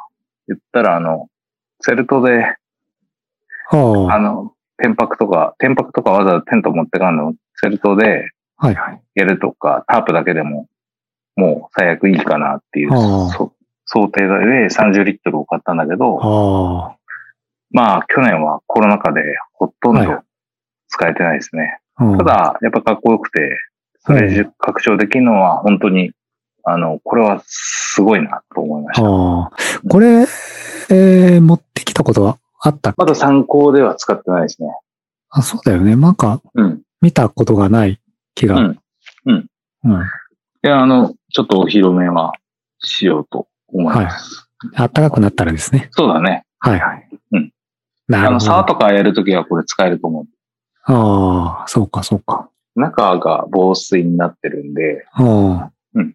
言ったら、あの、セルトで、あの、天泊とか、天泊とかわざわざテント持ってかんの、セルトで、 はいはい。 やるとか、タープだけでも、もう最悪いいかなっていう、想定でさんじゅうリットルを買ったんだけど、まあ、去年はコロナ禍でほとんど使えてないですね。はい、ただ、やっぱかっこよくて、それ拡張できるのは本当に、あの、これはすごいなと思いました。 これ、えー、持ってきたことはあったっけ？ まだ参考では使ってないですね。 あ、そうだよね。なんか、見たことがない気が。うん。 うん。うん。いや、あの、ちょっとお披露目はしようと思います。 はい。暖かくなったらですね。 そうだね。 はいはい。 うん。なるほど。あの、沢とかやるときはこれ使えると思う。 ああ、そうかそうか。 中が防水になってるんで。うん。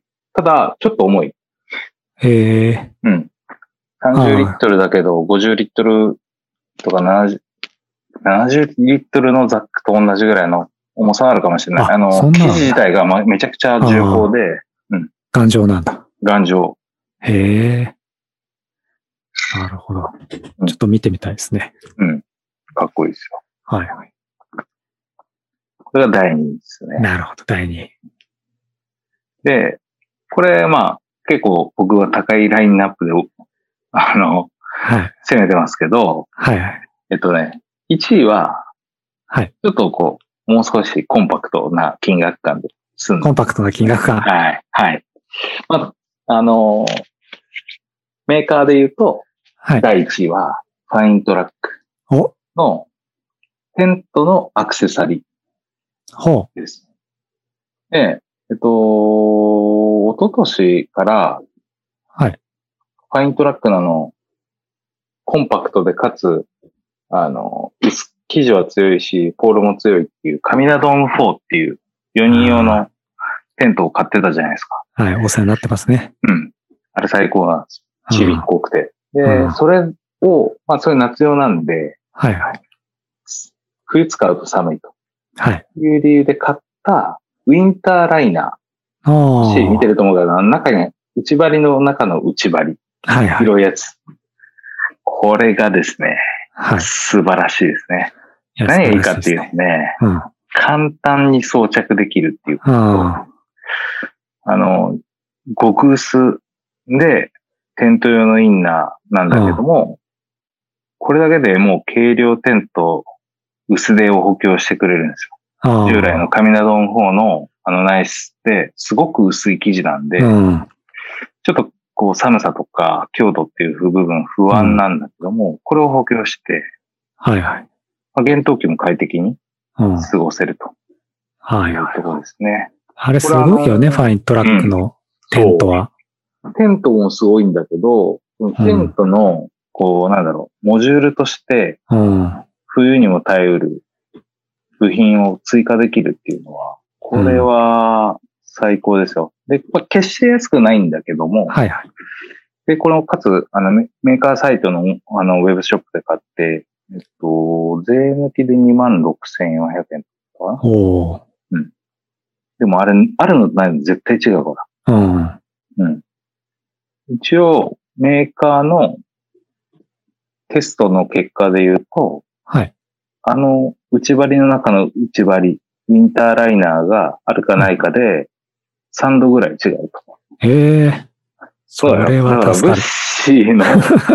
ただ、ちょっと重い。 へえ。 うん。さんじゅうリットルだけど、ごじゅうリットルとかななじゅう、ななじゅうリットルのザックと同じぐらいの重さあるかもしれない。あ, あの、生地自体がめちゃくちゃ重厚で、 うん。頑丈なんだ。 頑丈。 へえ。なるほど。ちょっと見てみたいですね。 うん。かっこいいですよ。 はいはい。 これがだいにいですね。 なるほど、だいにい。 で、これ、まあ、結構僕は高いラインナップで、あの、はい、攻めてますけど、 はいはい。 えっとね、いちいは、 はい。 ちょっとこう、もう少しコンパクトな金額感で済んで。 コンパクトな金額感。 はい、はい。まあ、あのー、メーカーで言うと、はい、だいいちいは、ファイントラックのテントのアクセサリー。 ほう。です。で、えっと、一昨年から、 はい。ファイントラックのあの、コンパクトでかつ、あの、生地は強いし、ポールも強いっていう、カミナドームフォーっていうよにん用のテントを買ってたじゃないですか。 はい、お世話になってますね。 うん。あれ最高なんですよ。ちびっこくて。で、それを、まあ、それ夏用なんで、 はいはい。 冬使うと寒いと。 はい。 いう理由で買ったウィンターライナー。ああ。見てると思うけど、中に、内張りの中の内張り。 はいはい。 広いやつ。これがですね、はい、素晴らしいですね。何がいいかっていうとね、うん、簡単に装着できるっていうことと、あ, あの、極薄でテント用のインナーなんだけども、これだけでもう軽量テント薄手を補強してくれるんですよ。従来のカミナドームフォーのあのナイスってすごく薄い生地なんで、うん、ちょっとこう寒さとか強度っていう部分不安なんだけども、うん、これを補強して、 はいはい。 まあ、厳冬期も快適に過ごせると。 はいはい。いうところですね。 あれすごいよね、ファイントラックのテントは。 うん、テントもすごいんだけど、テントの、こう、なんだろう、モジュールとして、冬にも耐えうる部品を追加できるっていうのは、これは最高ですよ。で、まあ、決して安くないんだけども、 はいはい。 で、これをかつ、あの、メーカーサイトの、あの、ウェブショップで買って、えっと、税抜きで にまんろくせんよんひゃくえんとかな。 おー。 うん。でもあれ、あるのとないの絶対違うから。うん。うん。一応、メーカーのテストの結果で言うと、 はい。 あの、内張りの中の内張り、ウィンターライナーがあるかないかで、さんどぐらい違うと。 へえ。それは助かる。 ブッシーの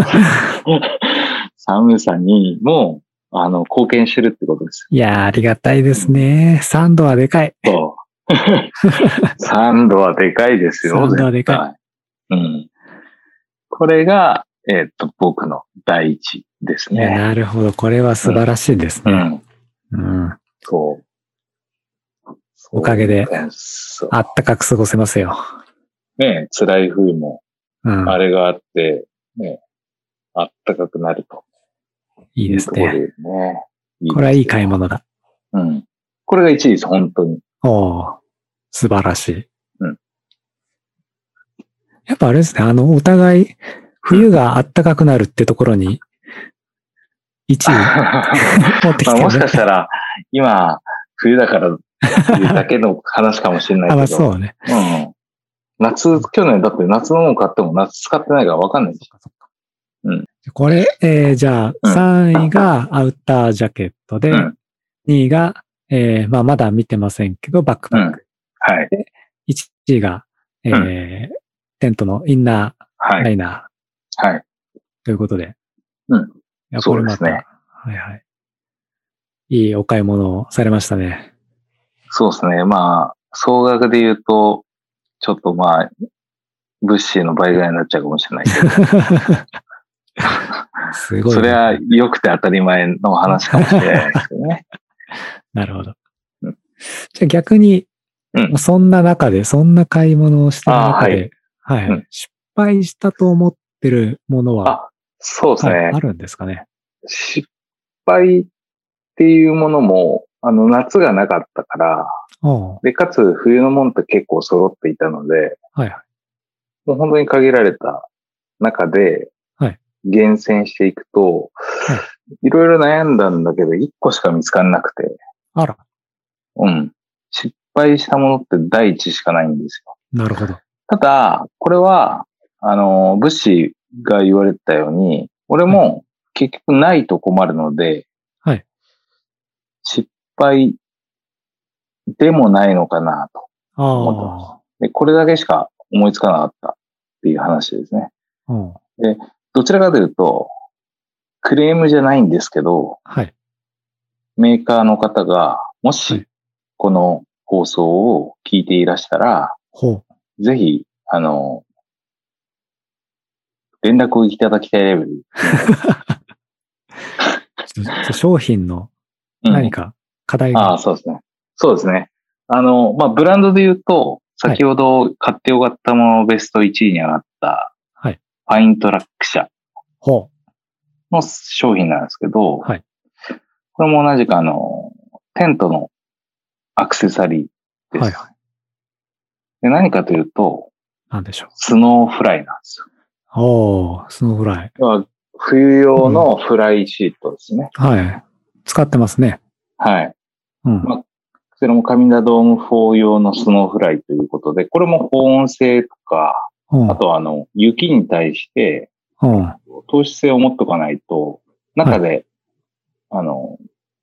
寒さにも、あの、貢献してるってことです。 いやー、ありがたいですね。さんどはでかい。 そう。さんどはでかいですよ。 さんどはでかい。うん。これが、えっと、僕の第一ですね。 なるほど。これは素晴らしいですね。うん。うん、 そう。 おかげで、あったかく過ごせますよ。 ねえ、辛い冬も、あれがあって、ね、あったかくなると。 いいですね。 いいところですね。 いいですね。これはいい買い物だ。 うん。これがいちいです、本当に。 おー、素晴らしい。 うん。 やっぱあれですね、あの、お互い、冬があったかくなるってところに、いちい持ってきてる、ね。 まあもしかしたら、今、冬だからっていうだけの話かもしれないけど。 あ、まあそうね。 うん。夏、去年だって夏のもの買っても夏使ってないから分かんない。 そっかそっか。 うん、 これ、えー、じゃあ、さんいがアウタージャケットで、うん、にいが、えー、まあ、まだ見てませんけど、バックパック。 うん、はい。 で、いちいが、えー、うん、テントのインナー、ライナー。はい。 ということで。 うん。 いや、これまた、ね、はいはい。いいお買い物をされましたね。 そうですね。まあ、総額で言うと、ちょっとまあ、物資の倍ぐらいになっちゃうかもしれないけど。 すごい、ね。 それは良くて当たり前の話かもしれないですけどね。 なるほど。うん、じゃあ逆に、うん、そんな中で、そんな買い物をしてる中で、はい、はい、うん、失敗したと思ってるものは、 あ、そうですね、はい。 あるんですかね。 失敗っていうものも、あの、夏がなかったから、で、かつ冬のもんって結構揃っていたので、 はいはい、 もう本当に限られた中で、厳選していくと、はい、いろいろ悩んだんだけど、いっこしか見つからなくて。 あら。 うん。失敗したものって第一しかないんですよ。 なるほど。 ただ、これは、あの、物資が言われたように、俺も結局ないと困るので、 はい。 失敗でもないのかなと思ってます。で、これだけしか思いつかなかったっていう話ですね。 うん、 で、どちらかというと、クレームじゃないんですけど、 はい、 メーカーの方が、もし、この放送を聞いていらしたら、 はい、 ぜひ、あの、連絡をいただきたいレベル。 商品の何か課題が、うん、 ああ、そうですね。そうですね。あの、まあ、ブランドで言うと、先ほど買ってよかったものベストいちいに上がった、 はい。 ファイントラック社の商品なんですけど、 はい。 これも同じくあの、テントのアクセサリーです。はいはい。で、何かというと、 何でしょう。 スノーフライなんですよ。 おー、スノーフライ。 冬用のフライシートですね。 うん、はい。使ってますね。 はい。 うん。 まあ、こちらもカミナドームフォー用のスノーフライということで、これも保温性とか、うん、あとはあの、雪に対して、うん、透湿性を持っとかないと、中で、はい、あの、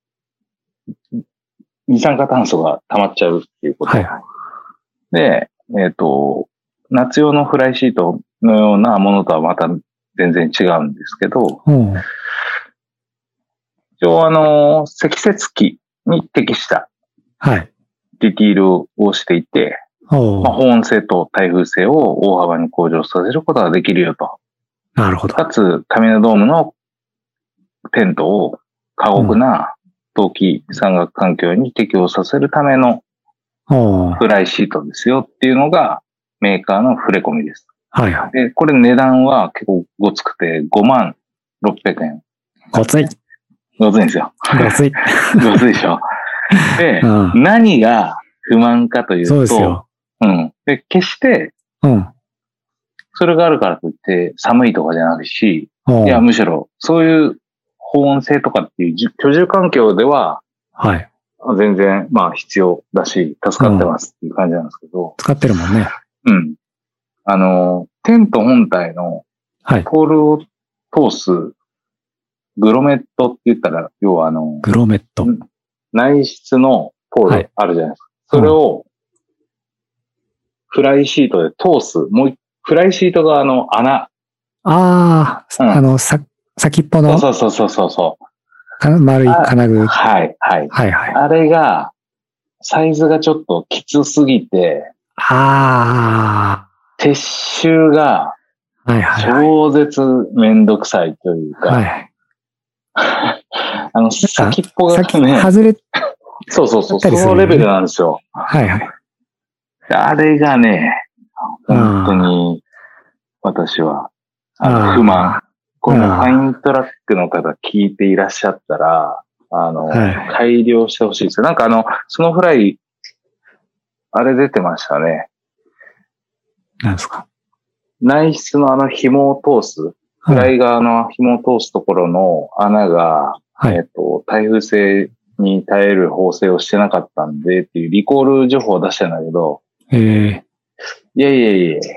二酸化炭素が溜まっちゃうっていうこと。はいはい、で、えっと、夏用のフライシートのようなものとはまた全然違うんですけど、うん、一応あの、積雪機に適したディティールをしていて、はい、まあ、保温性と耐風性を大幅に向上させることができるよと。 なるほど。 かつ、カミナドームのテントを過酷な冬季山岳環境に適応させるためのフライシートですよっていうのがメーカーの触れ込みです。 はいはい。 で、これ値段は結構ごつくてごまんろっぴゃくえん。 ごつい。 ごついんですよ。 ごつい。 ごついでしょ。で、うん、何が不満かというと、 そうですよ。 うん。で、決して、うん。それがあるからといって寒いとかじゃなくし、いや、むしろそういう保温性とかっていう居住環境では、 はい。 全然、まあ必要だし、助かってますっていう感じなんですけど。うん、 使ってるもんね。 うん。あの、テント本体の、ポールを通す、グロメットって言ったら、要はあの、 グロメット。 内室のポールあるじゃないですか。はい、それを、フライシートで通す、もうフライシート側の穴。 ああ、うん、あの、さ、先っぽの。 そうそうそうそうそう。 丸い金具。 はい、はい。 はいはい。 あれが、サイズがちょっときつすぎて、 ああ。 撤収が、 はいはい。 超絶めんどくさいというか、はい、あの、先っぽがね、 外れ、 そうそうそう、そのレベルなんですよ。 はいはい。 あれがね、本当に、私は、あの不満。このファイントラックの方聞いていらっしゃったら、あの、はい、改良してほしいですよ。なんかあの、そのフライ、あれ出てましたね。 何ですか？ 内室のあの紐を通す、フライ側の紐を通すところの穴が、はい、えっと、耐風性に耐える縫製をしてなかったんでっていうリコール情報を出したんだけど、 へー、 いやいやいや、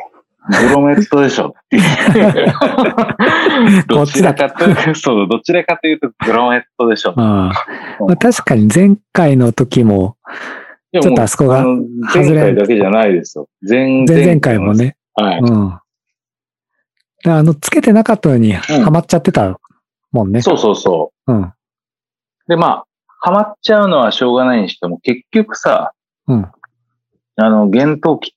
ブロメットでしょっていう。どちらかというと、そう、どちらかというとブロメットでしょ。 あまあ、確かに前回の時も、ちょっとあそこが外れ。前回だけじゃないですよ。前前々回もね。 はい。 うん。あの、つけてなかったのにハマっちゃってたもんね。うん、 そうそうそう。うん。で、まあ、ハマっちゃうのはしょうがないにしても、結局さ、 うん。 あの、厳冬期って、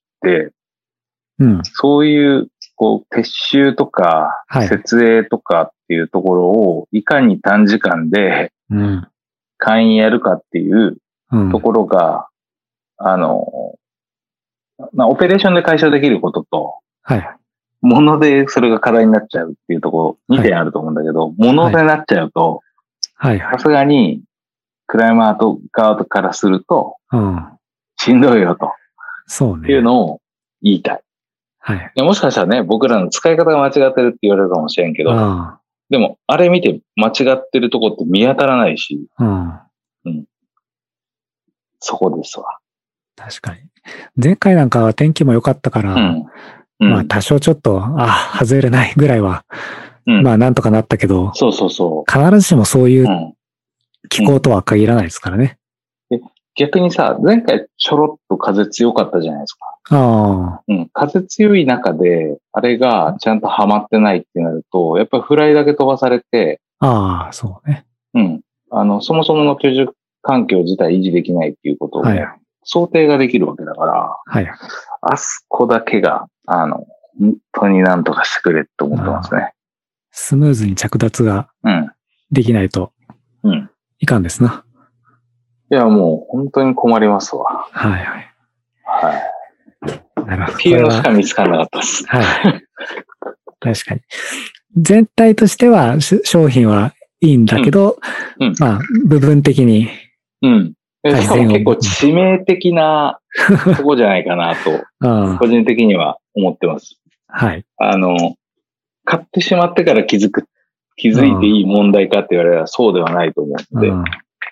うん。 そういう、こう、撤収とか、設営とかっていうところを、いかに短時間で、簡易やるかっていうところが、うん、あの、まあ、オペレーションで解消できることと、 はい。 ものでそれが課題になっちゃうっていうところ、にてんあると思うんだけど、ものでなっちゃうと、 はい。 さすがに、クライマーと側からすると、 うん、 しんどいよと。 そうね。 いうのを言いたい。 はい。 もしかしたらね、僕らの使い方が間違ってるって言われるかもしれんけど、 あでも、あれ見て間違ってるとこって見当たらないし、 うん。 うん。そこですわ。 確かに。前回なんかは天気も良かったから、うんうん、まあ多少ちょっと、あ、外れないぐらいは、うん、まあなんとかなったけど、 そうそうそう。 必ずしもそういう気候とは限らないですからね。 うんうん、逆にさ、前回ちょろっと風強かったじゃないですか。 ああ。 うん。風強い中で、あれがちゃんとはまってないってなると、やっぱりフライだけ飛ばされて、 ああ、そうね。 うん。あの、そもそもの居住環境自体維持できないっていうことを、ね、はい、想定ができるわけだから、 はい。 あそこだけが、あの、本当になんとかしてくれって思ってますね。 スムーズに着脱ができないと、 うん。 いかんですな。 いや、もう本当に困りますわ。 はいはい。 はい。 なるほど。 っていうのしか見つからなかったです。 はい。確かに。全体としては商品はいいんだけど、うんうん、まあ、部分的に。 うん。しかも結構致命的なとこじゃないかなと、個人的には思ってます。 はい。 あの、買ってしまってから気づく、気づいていい問題かって言われればそうではないと思うので。うん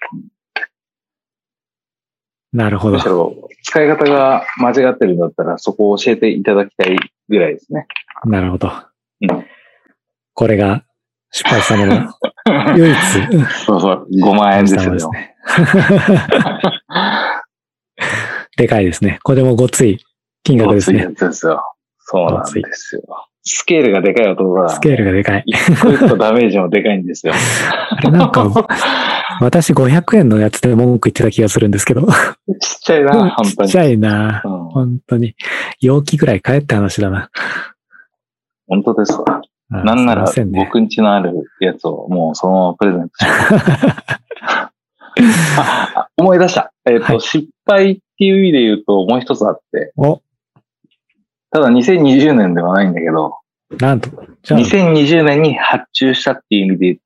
なるほど。 むしろ使い方が間違ってるんだったらそこを教えていただきたいぐらいですね。 なるほど。 うん、 これが失敗したもの。唯一。 そうそう、ごまんえんですよ。ですね、 でかいですね。これもごつい金額ですね。 ごついやつですよ。そうなんですよ。スケールがでかい男だ。 スケールがでかい。 一個一個ダメージもでかいんですよ。 あれなんか、私ごひゃくえんのやつで文句言ってた気がするんですけど。 ちっちゃいな、本当に。 ちっちゃいな、うん、本当に。容器ぐらい買えって話だな。 本当ですわ。なんなら、ね、僕ん家のあるやつをもうそのままプレゼントします。思い出した。えっ、ー、と、はい、失敗っていう意味で言うともう一つあって。 おただにせんにじゅうねんではないんだけど。 なんと。 にせんにじゅうねんに発注したっていう意味で言って、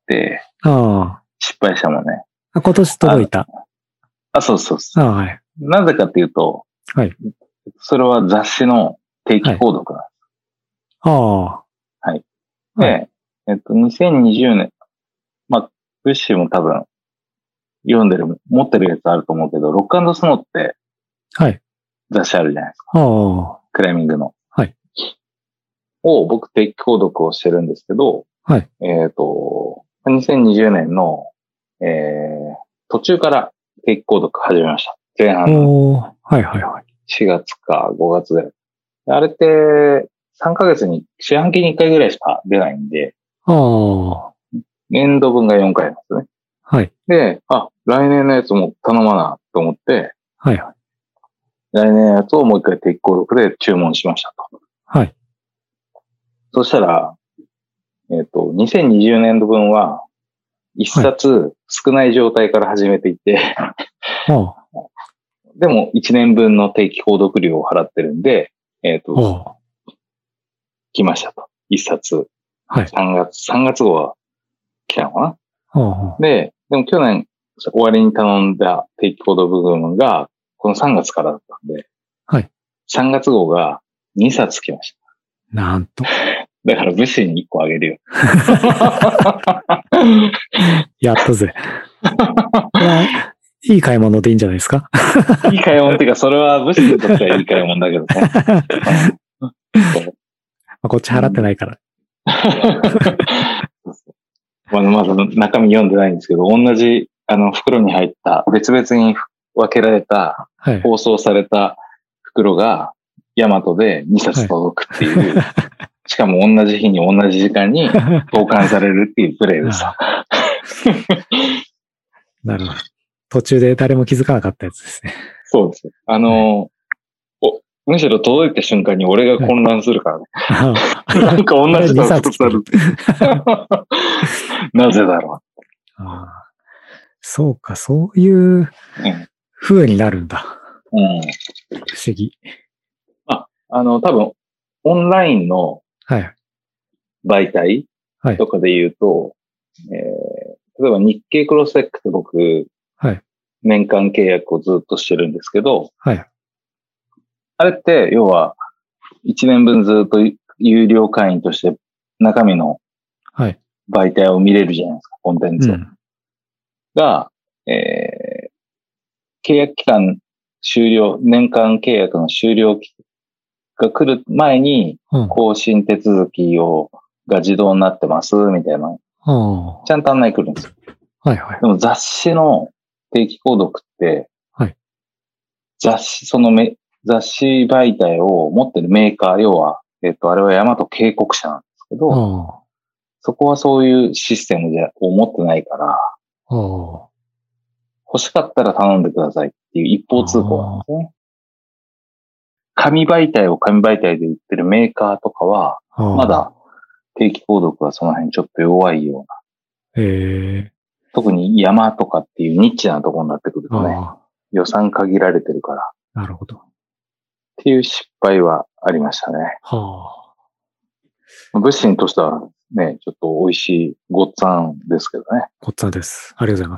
あ失敗したもんね。 あ今年届いた。 あ、そうそうそう。 あはい。 なぜかっていうと、 はい。 それは雑誌の定期購読なんです。 はい、ああ。はい。で、はい、えっと、にせんにじゅうねん、まあ、ブッシーも多分、読んでる、持ってるやつあると思うけど、ロック&スノーって、 はい。 雑誌あるじゃないですか。 ああ。 クライミングの。 はい。 を僕定期購読をしてるんですけど、 はい。 えっと、にせんにじゅうねんの、えー、途中から定期購読始めました。前半の。 おー、はいはいはい。 しがつかごがつぐらい。あれってさんかげつに、四半期にいっかいぐらいしか出ないんで、 ああ。 年度分がよんかいなんですね。 はい。 で、あ、来年のやつも頼まなと思って、 はいはい。 来年のやつをもう一回定期購読で注文しましたと。 はい。 そしたら、えっと、にせんにじゅうねんど分は、一冊少ない状態から始めていて、 はい、 でもいちねんぶんの定期購読料を払ってるんで、えっと、来ましたと。一冊。 はい。 さんがつ、さんがつ号は来たのかな。 で、でも去年終わりに頼んだ定期購読部分が、このさんがつからだったんで、 はい。 さんがつ号がにさつ来ました。 なんと。 だから武士にいっこあげるよ。 やったぜ。いい買い物でいいんじゃないですか。 いい買い物っていうか、それは武士にとってはいい買い物だけどね。 あ、こっち払ってないから。 まだまだ中身読んでないんですけど、同じあの袋に入った別々に分けられた、はい、包装された袋がヤマトでにさつ届くっていう、はい、しかも同じ日に同じ時間に交換されるっていうプレイでした。 なるほど。途中で誰も気づかなかったやつですね。 そうです。あの、はい、おむしろ届いた瞬間に俺が混乱するからね。はい、なんか同じのがふたつある。なぜだろう。 ああ、そうか、そういう風になるんだ。 うん。 不思議。 あ、あの、多分、オンラインの媒体とかで言うと、はい、えー、例えば日経クロステックって僕、はい、年間契約をずっとしてるんですけど、はい、あれって、要は、いちねんぶんずっと有料会員として中身の媒体を見れるじゃないですか、コンテンツを。うん、が、えー、契約期間終了、年間契約の終了期が来る前に、更新手続きを、が自動になってます、みたいな。うん、ちゃんと案内来るんですよ。はいはい。でも雑誌の定期購読って、はい、雑誌、そのめ雑誌媒体を持ってるメーカー、要は、えっと、あれは大和警告社なんですけど、そこはそういうシステムでを持ってないから、欲しかったら頼んでくださいっていう一方通行なんですね。紙媒体を紙媒体で売ってるメーカーとかは、まだ定期購読はその辺ちょっと弱いような。へー。特に山とかっていうニッチなところになってくるとね、予算限られてるから。 なるほど。 っていう失敗はありましたね。はあ。物心としてはね、ちょっと美味しいごっつぁんですけどね。 ごっつぁんです。ありがとうございます。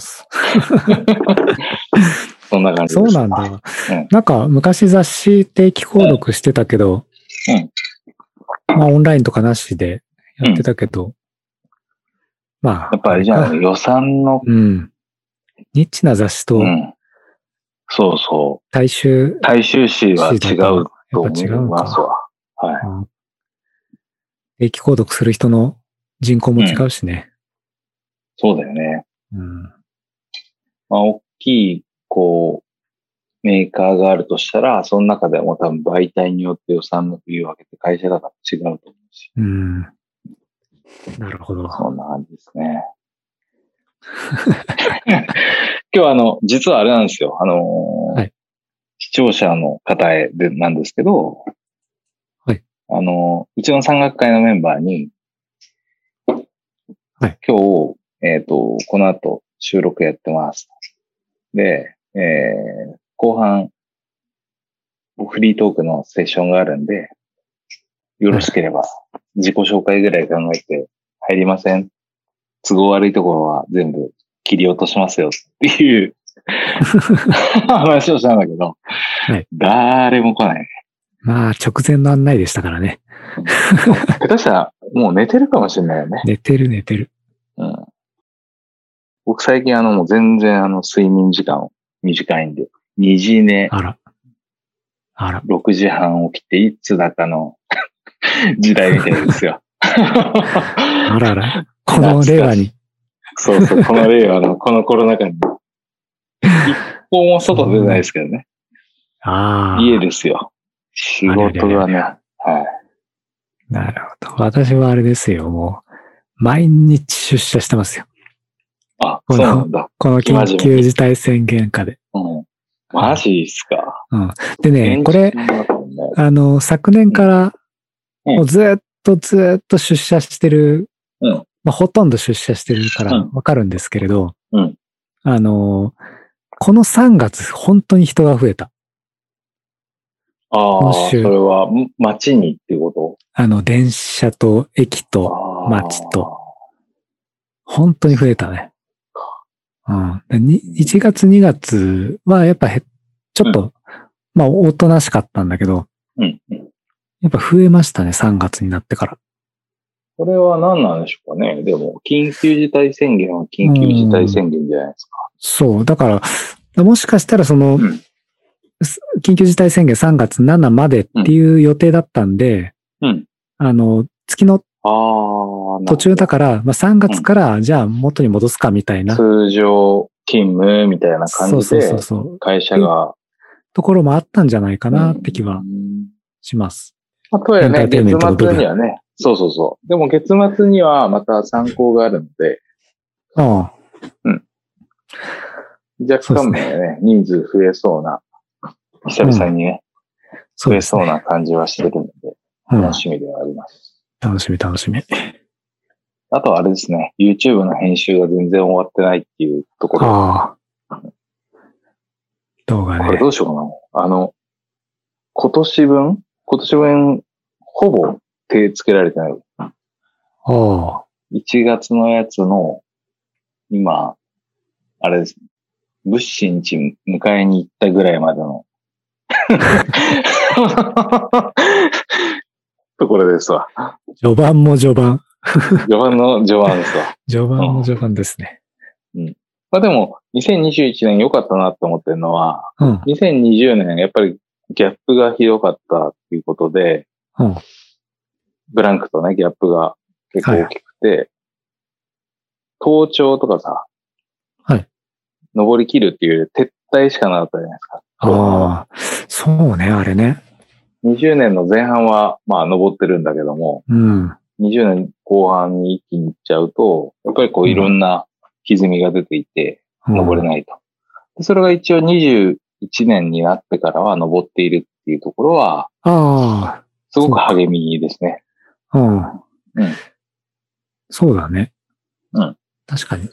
そんな感じです。 そうなんだ。うん、なんか昔雑誌定期購読してたけど、うん、まあオンラインとかなしでやってたけど、うん、まあ。 やっぱりじゃあ予算の、 うん。ニッチな雑誌と、うん、 そうそう。 大衆。 大衆誌は違うと思いますわ。はい。うん、 定期購読する人の人口も違うしね。 うん、そうだよね。うん。まあ、大きい、こう、メーカーがあるとしたら、その中でも多分媒体によって予算の振りを分けて会社だから違うと思うし。 うん。なるほど。 そんな感じですね。今日はあの、実はあれなんですよ。あのーはい、視聴者の方へでなんですけど、はい。あのー、うちの山岳会のメンバーに、はい。今日、えっと、この後収録やってます。で、えー、後半、フリートークのセッションがあるんで、よろしければ自己紹介ぐらい考えて入りません？都合悪いところは全部切り落としますよっていう話をしたんだけど、はい、誰も来ない。 まあ、直前の案内でしたからね。 下手したらもう寝てるかもしれないよね。 寝てる寝てる。 うん、僕最近あのもう全然あの睡眠時間短いんで、にじ寝。 あら。あら。 ろくじはん起きていつだかの時代みたいですよ。 あらら。この令和に。 そうそう、この令和の、このコロナ禍に。一歩も外出ないですけどね。 ああ。 家ですよ。仕事がね。はい。 なるほど。私はあれですよ、もう。毎日出社してますよ。 あ、そうなんだ。 この緊急事態宣言下で。 うん。マジっすか。 うん。でね、これ、あの、昨年から、もうずっとずっと出社してる、うん、まあ、ほとんど出社してるからわかるんですけれど、うん、あの、このさんがつ、本当に人が増えた。 ああ、それは街にっていうこと？ あの、電車と駅と街と、本当に増えたね。うん、いちがつにがつはやっぱへちょっと、うん、まあおとなしかったんだけど、うんうん、やっぱ増えましたね、さんがつになってから。 これは何なんでしょうかね。でも、緊急事態宣言は緊急事態宣言じゃないですか。 そう。だから、もしかしたらその、うん、緊急事態宣言さんがつななまでっていう予定だったんで、うん、 あの、月の途中だから、まあ、さんがつからじゃあ元に戻すかみたいな。 通常勤務みたいな感じで、会社が。 ところもあったんじゃないかなって気はします。 あとはね、月末にはね、そうそうそう。でも月末にはまた参考があるので、 ああ。 うん。若干ね、ね人数増えそうな、久々にね、うん、増えそうな感じはしてるので、楽しみではあります。 うん、楽しみ楽しみ。 あとはあれですね、YouTube の編集が全然終わってないっていうところ。 ああ。動画ね。 これどうしようかな。あの、今年分今年分、ほぼ手つけられてない。 ああ。 いちがつのやつの、今、あれです。物心地迎えに行ったぐらいまでのところですわ。 序盤も序盤。 序盤の序盤ですわ。 序盤も序盤ですね。 うん。まあでも、にせんにじゅういちねん良かったなって思ってるのは、 うん、 にせんにじゅうねんやっぱりギャップがひどかったっていうことで、 うん、 ブランクとね、ギャップが結構大きくて、はい、登頂とかさ、 はい。 登り切るっていうより撤退しかなかったじゃないですか。 ああ、そうね、あれね。 にじゅうねんの前半は、まあ、登ってるんだけども、 うん、 にじゅうねんご半に一気に行っちゃうと、やっぱりこういろんな歪みが出ていて、登れないと。うん、それが一応にじゅういちねんになってからは登っているっていうところは、 ああ、 すごく励みですね。 うん。うん。そうだね。 うん。 確かに。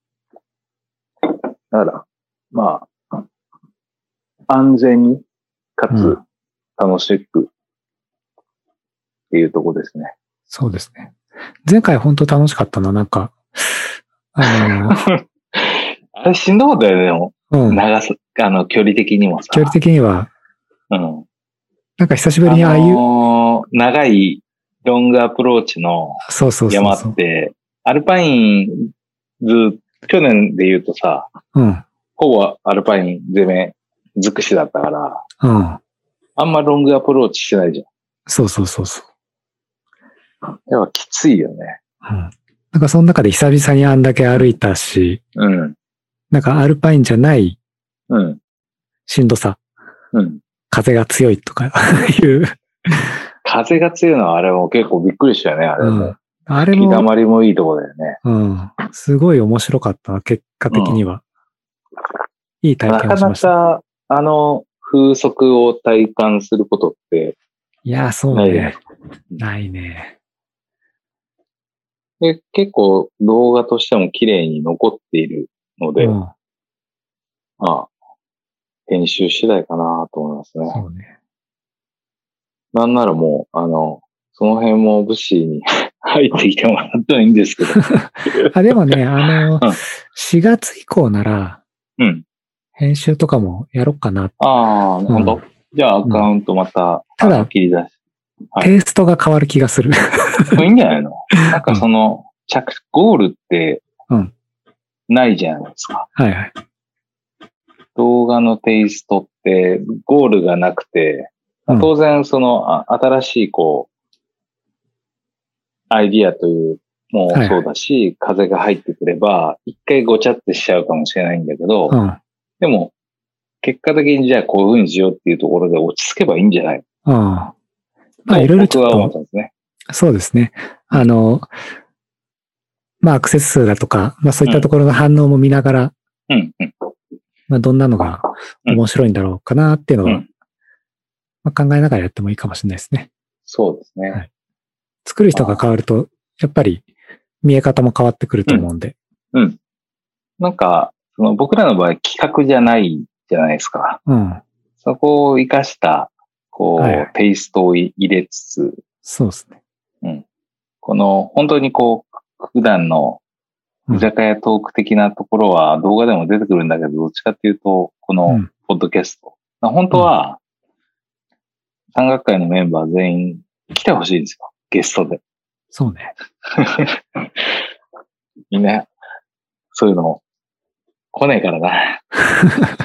だから、まあ、安全に、かつ楽しくっていうところですね。 そうですね。前回本当楽しかったな、なんか。あのー、 あれしんどかったよね、でも。 うん。 長す、あの、距離的にもさ。 距離的には。 うん。 なんか久しぶりにああいう。あのー、長いロングアプローチの山って、そうそうそうそうアルパインず、去年で言うとさ、 うん。 ほぼアルパイン攻め尽くしだったから、 うん。 あんまロングアプローチしてないじゃん。 そうそうそうそう。 やっぱきついよね。 うん。なんかその中で久々にあんだけ歩いたし、 うん。 なんかアルパインじゃない、 うん。 しんどさ。 うん。 風が強いとかいう。 風が強いのはあれも結構びっくりしたよね、あれも。うん、 あれも。 気だまりもいいとこだよね。 うん。すごい面白かった、結果的には。うん、いい体験をしました。 なかなか、あの、風速を体感することって。 いや、そうね。ないね。 で、結構動画としても綺麗に残っているので、うん、まあ、編集次第かなと思いますね。 そうね。 なんならもう、あの、その辺も物資に入ってきてもらったらいいんですけど。 あ、でもね、あの、うん、しがつ以降なら、 うん。 編集とかもやろうかなって。 ああ、うん、本当じゃあアカウントまた、うん、 ただ、 切り出し、 はい。テイストが変わる気がする。 いいんじゃないのなんかその、着、ゴールって、ないじゃないですか。 はいはい。 動画のテイストって、ゴールがなくて、当然その、あ新しいこう、アイディアというもそうだし、はい、風が入ってくれば、一回ごちゃってしちゃうかもしれないんだけど、うん、でも、結果的にじゃあこういう風にしようっていうところで落ち着けばいいんじゃないああ。まあいろいろちょっと、 思ったんですね、 そうですね。あの、まあアクセス数だとか、まあそういったところの反応も見ながら、 うんうん、 まあどんなのが面白いんだろうかなっていうのは、うんまあ、考えながらやってもいいかもしれないですね。 そうですね。 はい、作る人が変わると、やっぱり見え方も変わってくると思うんで。 うん。うん、なんか、その僕らの場合企画じゃないじゃないですか。 うん。 そこを活かした、こう、はい、テイストを入れつつ。 そうですね。 うん。この、本当にこう、普段の居酒屋トーク的なところは動画でも出てくるんだけど、どっちかっていうと、このポッドキャスト。うん、本当は、山岳会のメンバー全員来てほしいんですよ。ゲストで。 そうね。 みんな、そういうの来ねえからな。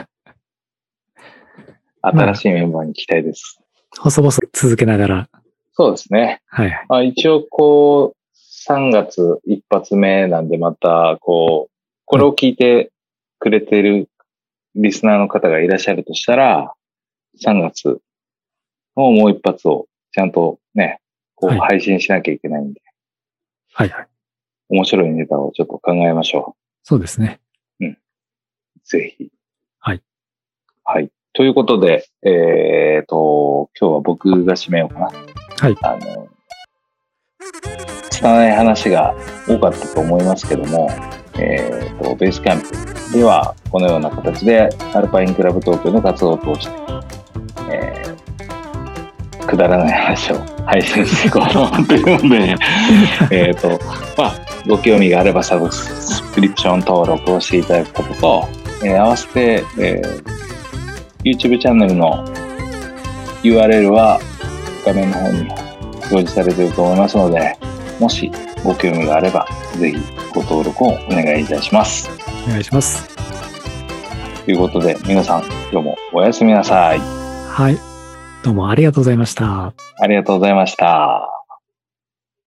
新しいメンバーに期待です。 細々続けながら。 そうですね。 はい。 まあ、一応、こう、さんがつ一発目なんで、また、こう、これを聞いてくれてるリスナーの方がいらっしゃるとしたら、さんがつのもう一発をちゃんとね、こう配信しなきゃいけないんで。 はいはい。 面白いネタをちょっと考えましょう。 そうですね。 うん。ぜひ。 はい。 はい。ということで、えっと、今日は僕が締めようかな。 はい。 あの、拙い話が多かったと思いますけども、えっと、ベースキャンプではこのような形でアルパインクラブ東京の活動を通して、えー、くだらない話を配信していこうと思っているので、えっと、まあ、ご興味があればサブスクリプション登録をしていただくことと、えー、合わせて、えー、YouTube チャンネルの ユーアールエル は画面の方に表示されていると思いますので、もしご興味があればぜひご登録をお願いいたします。 お願いします。 ということで皆さん今日もおやすみなさい。 はい。どうもありがとうございました。 ありがとうございました。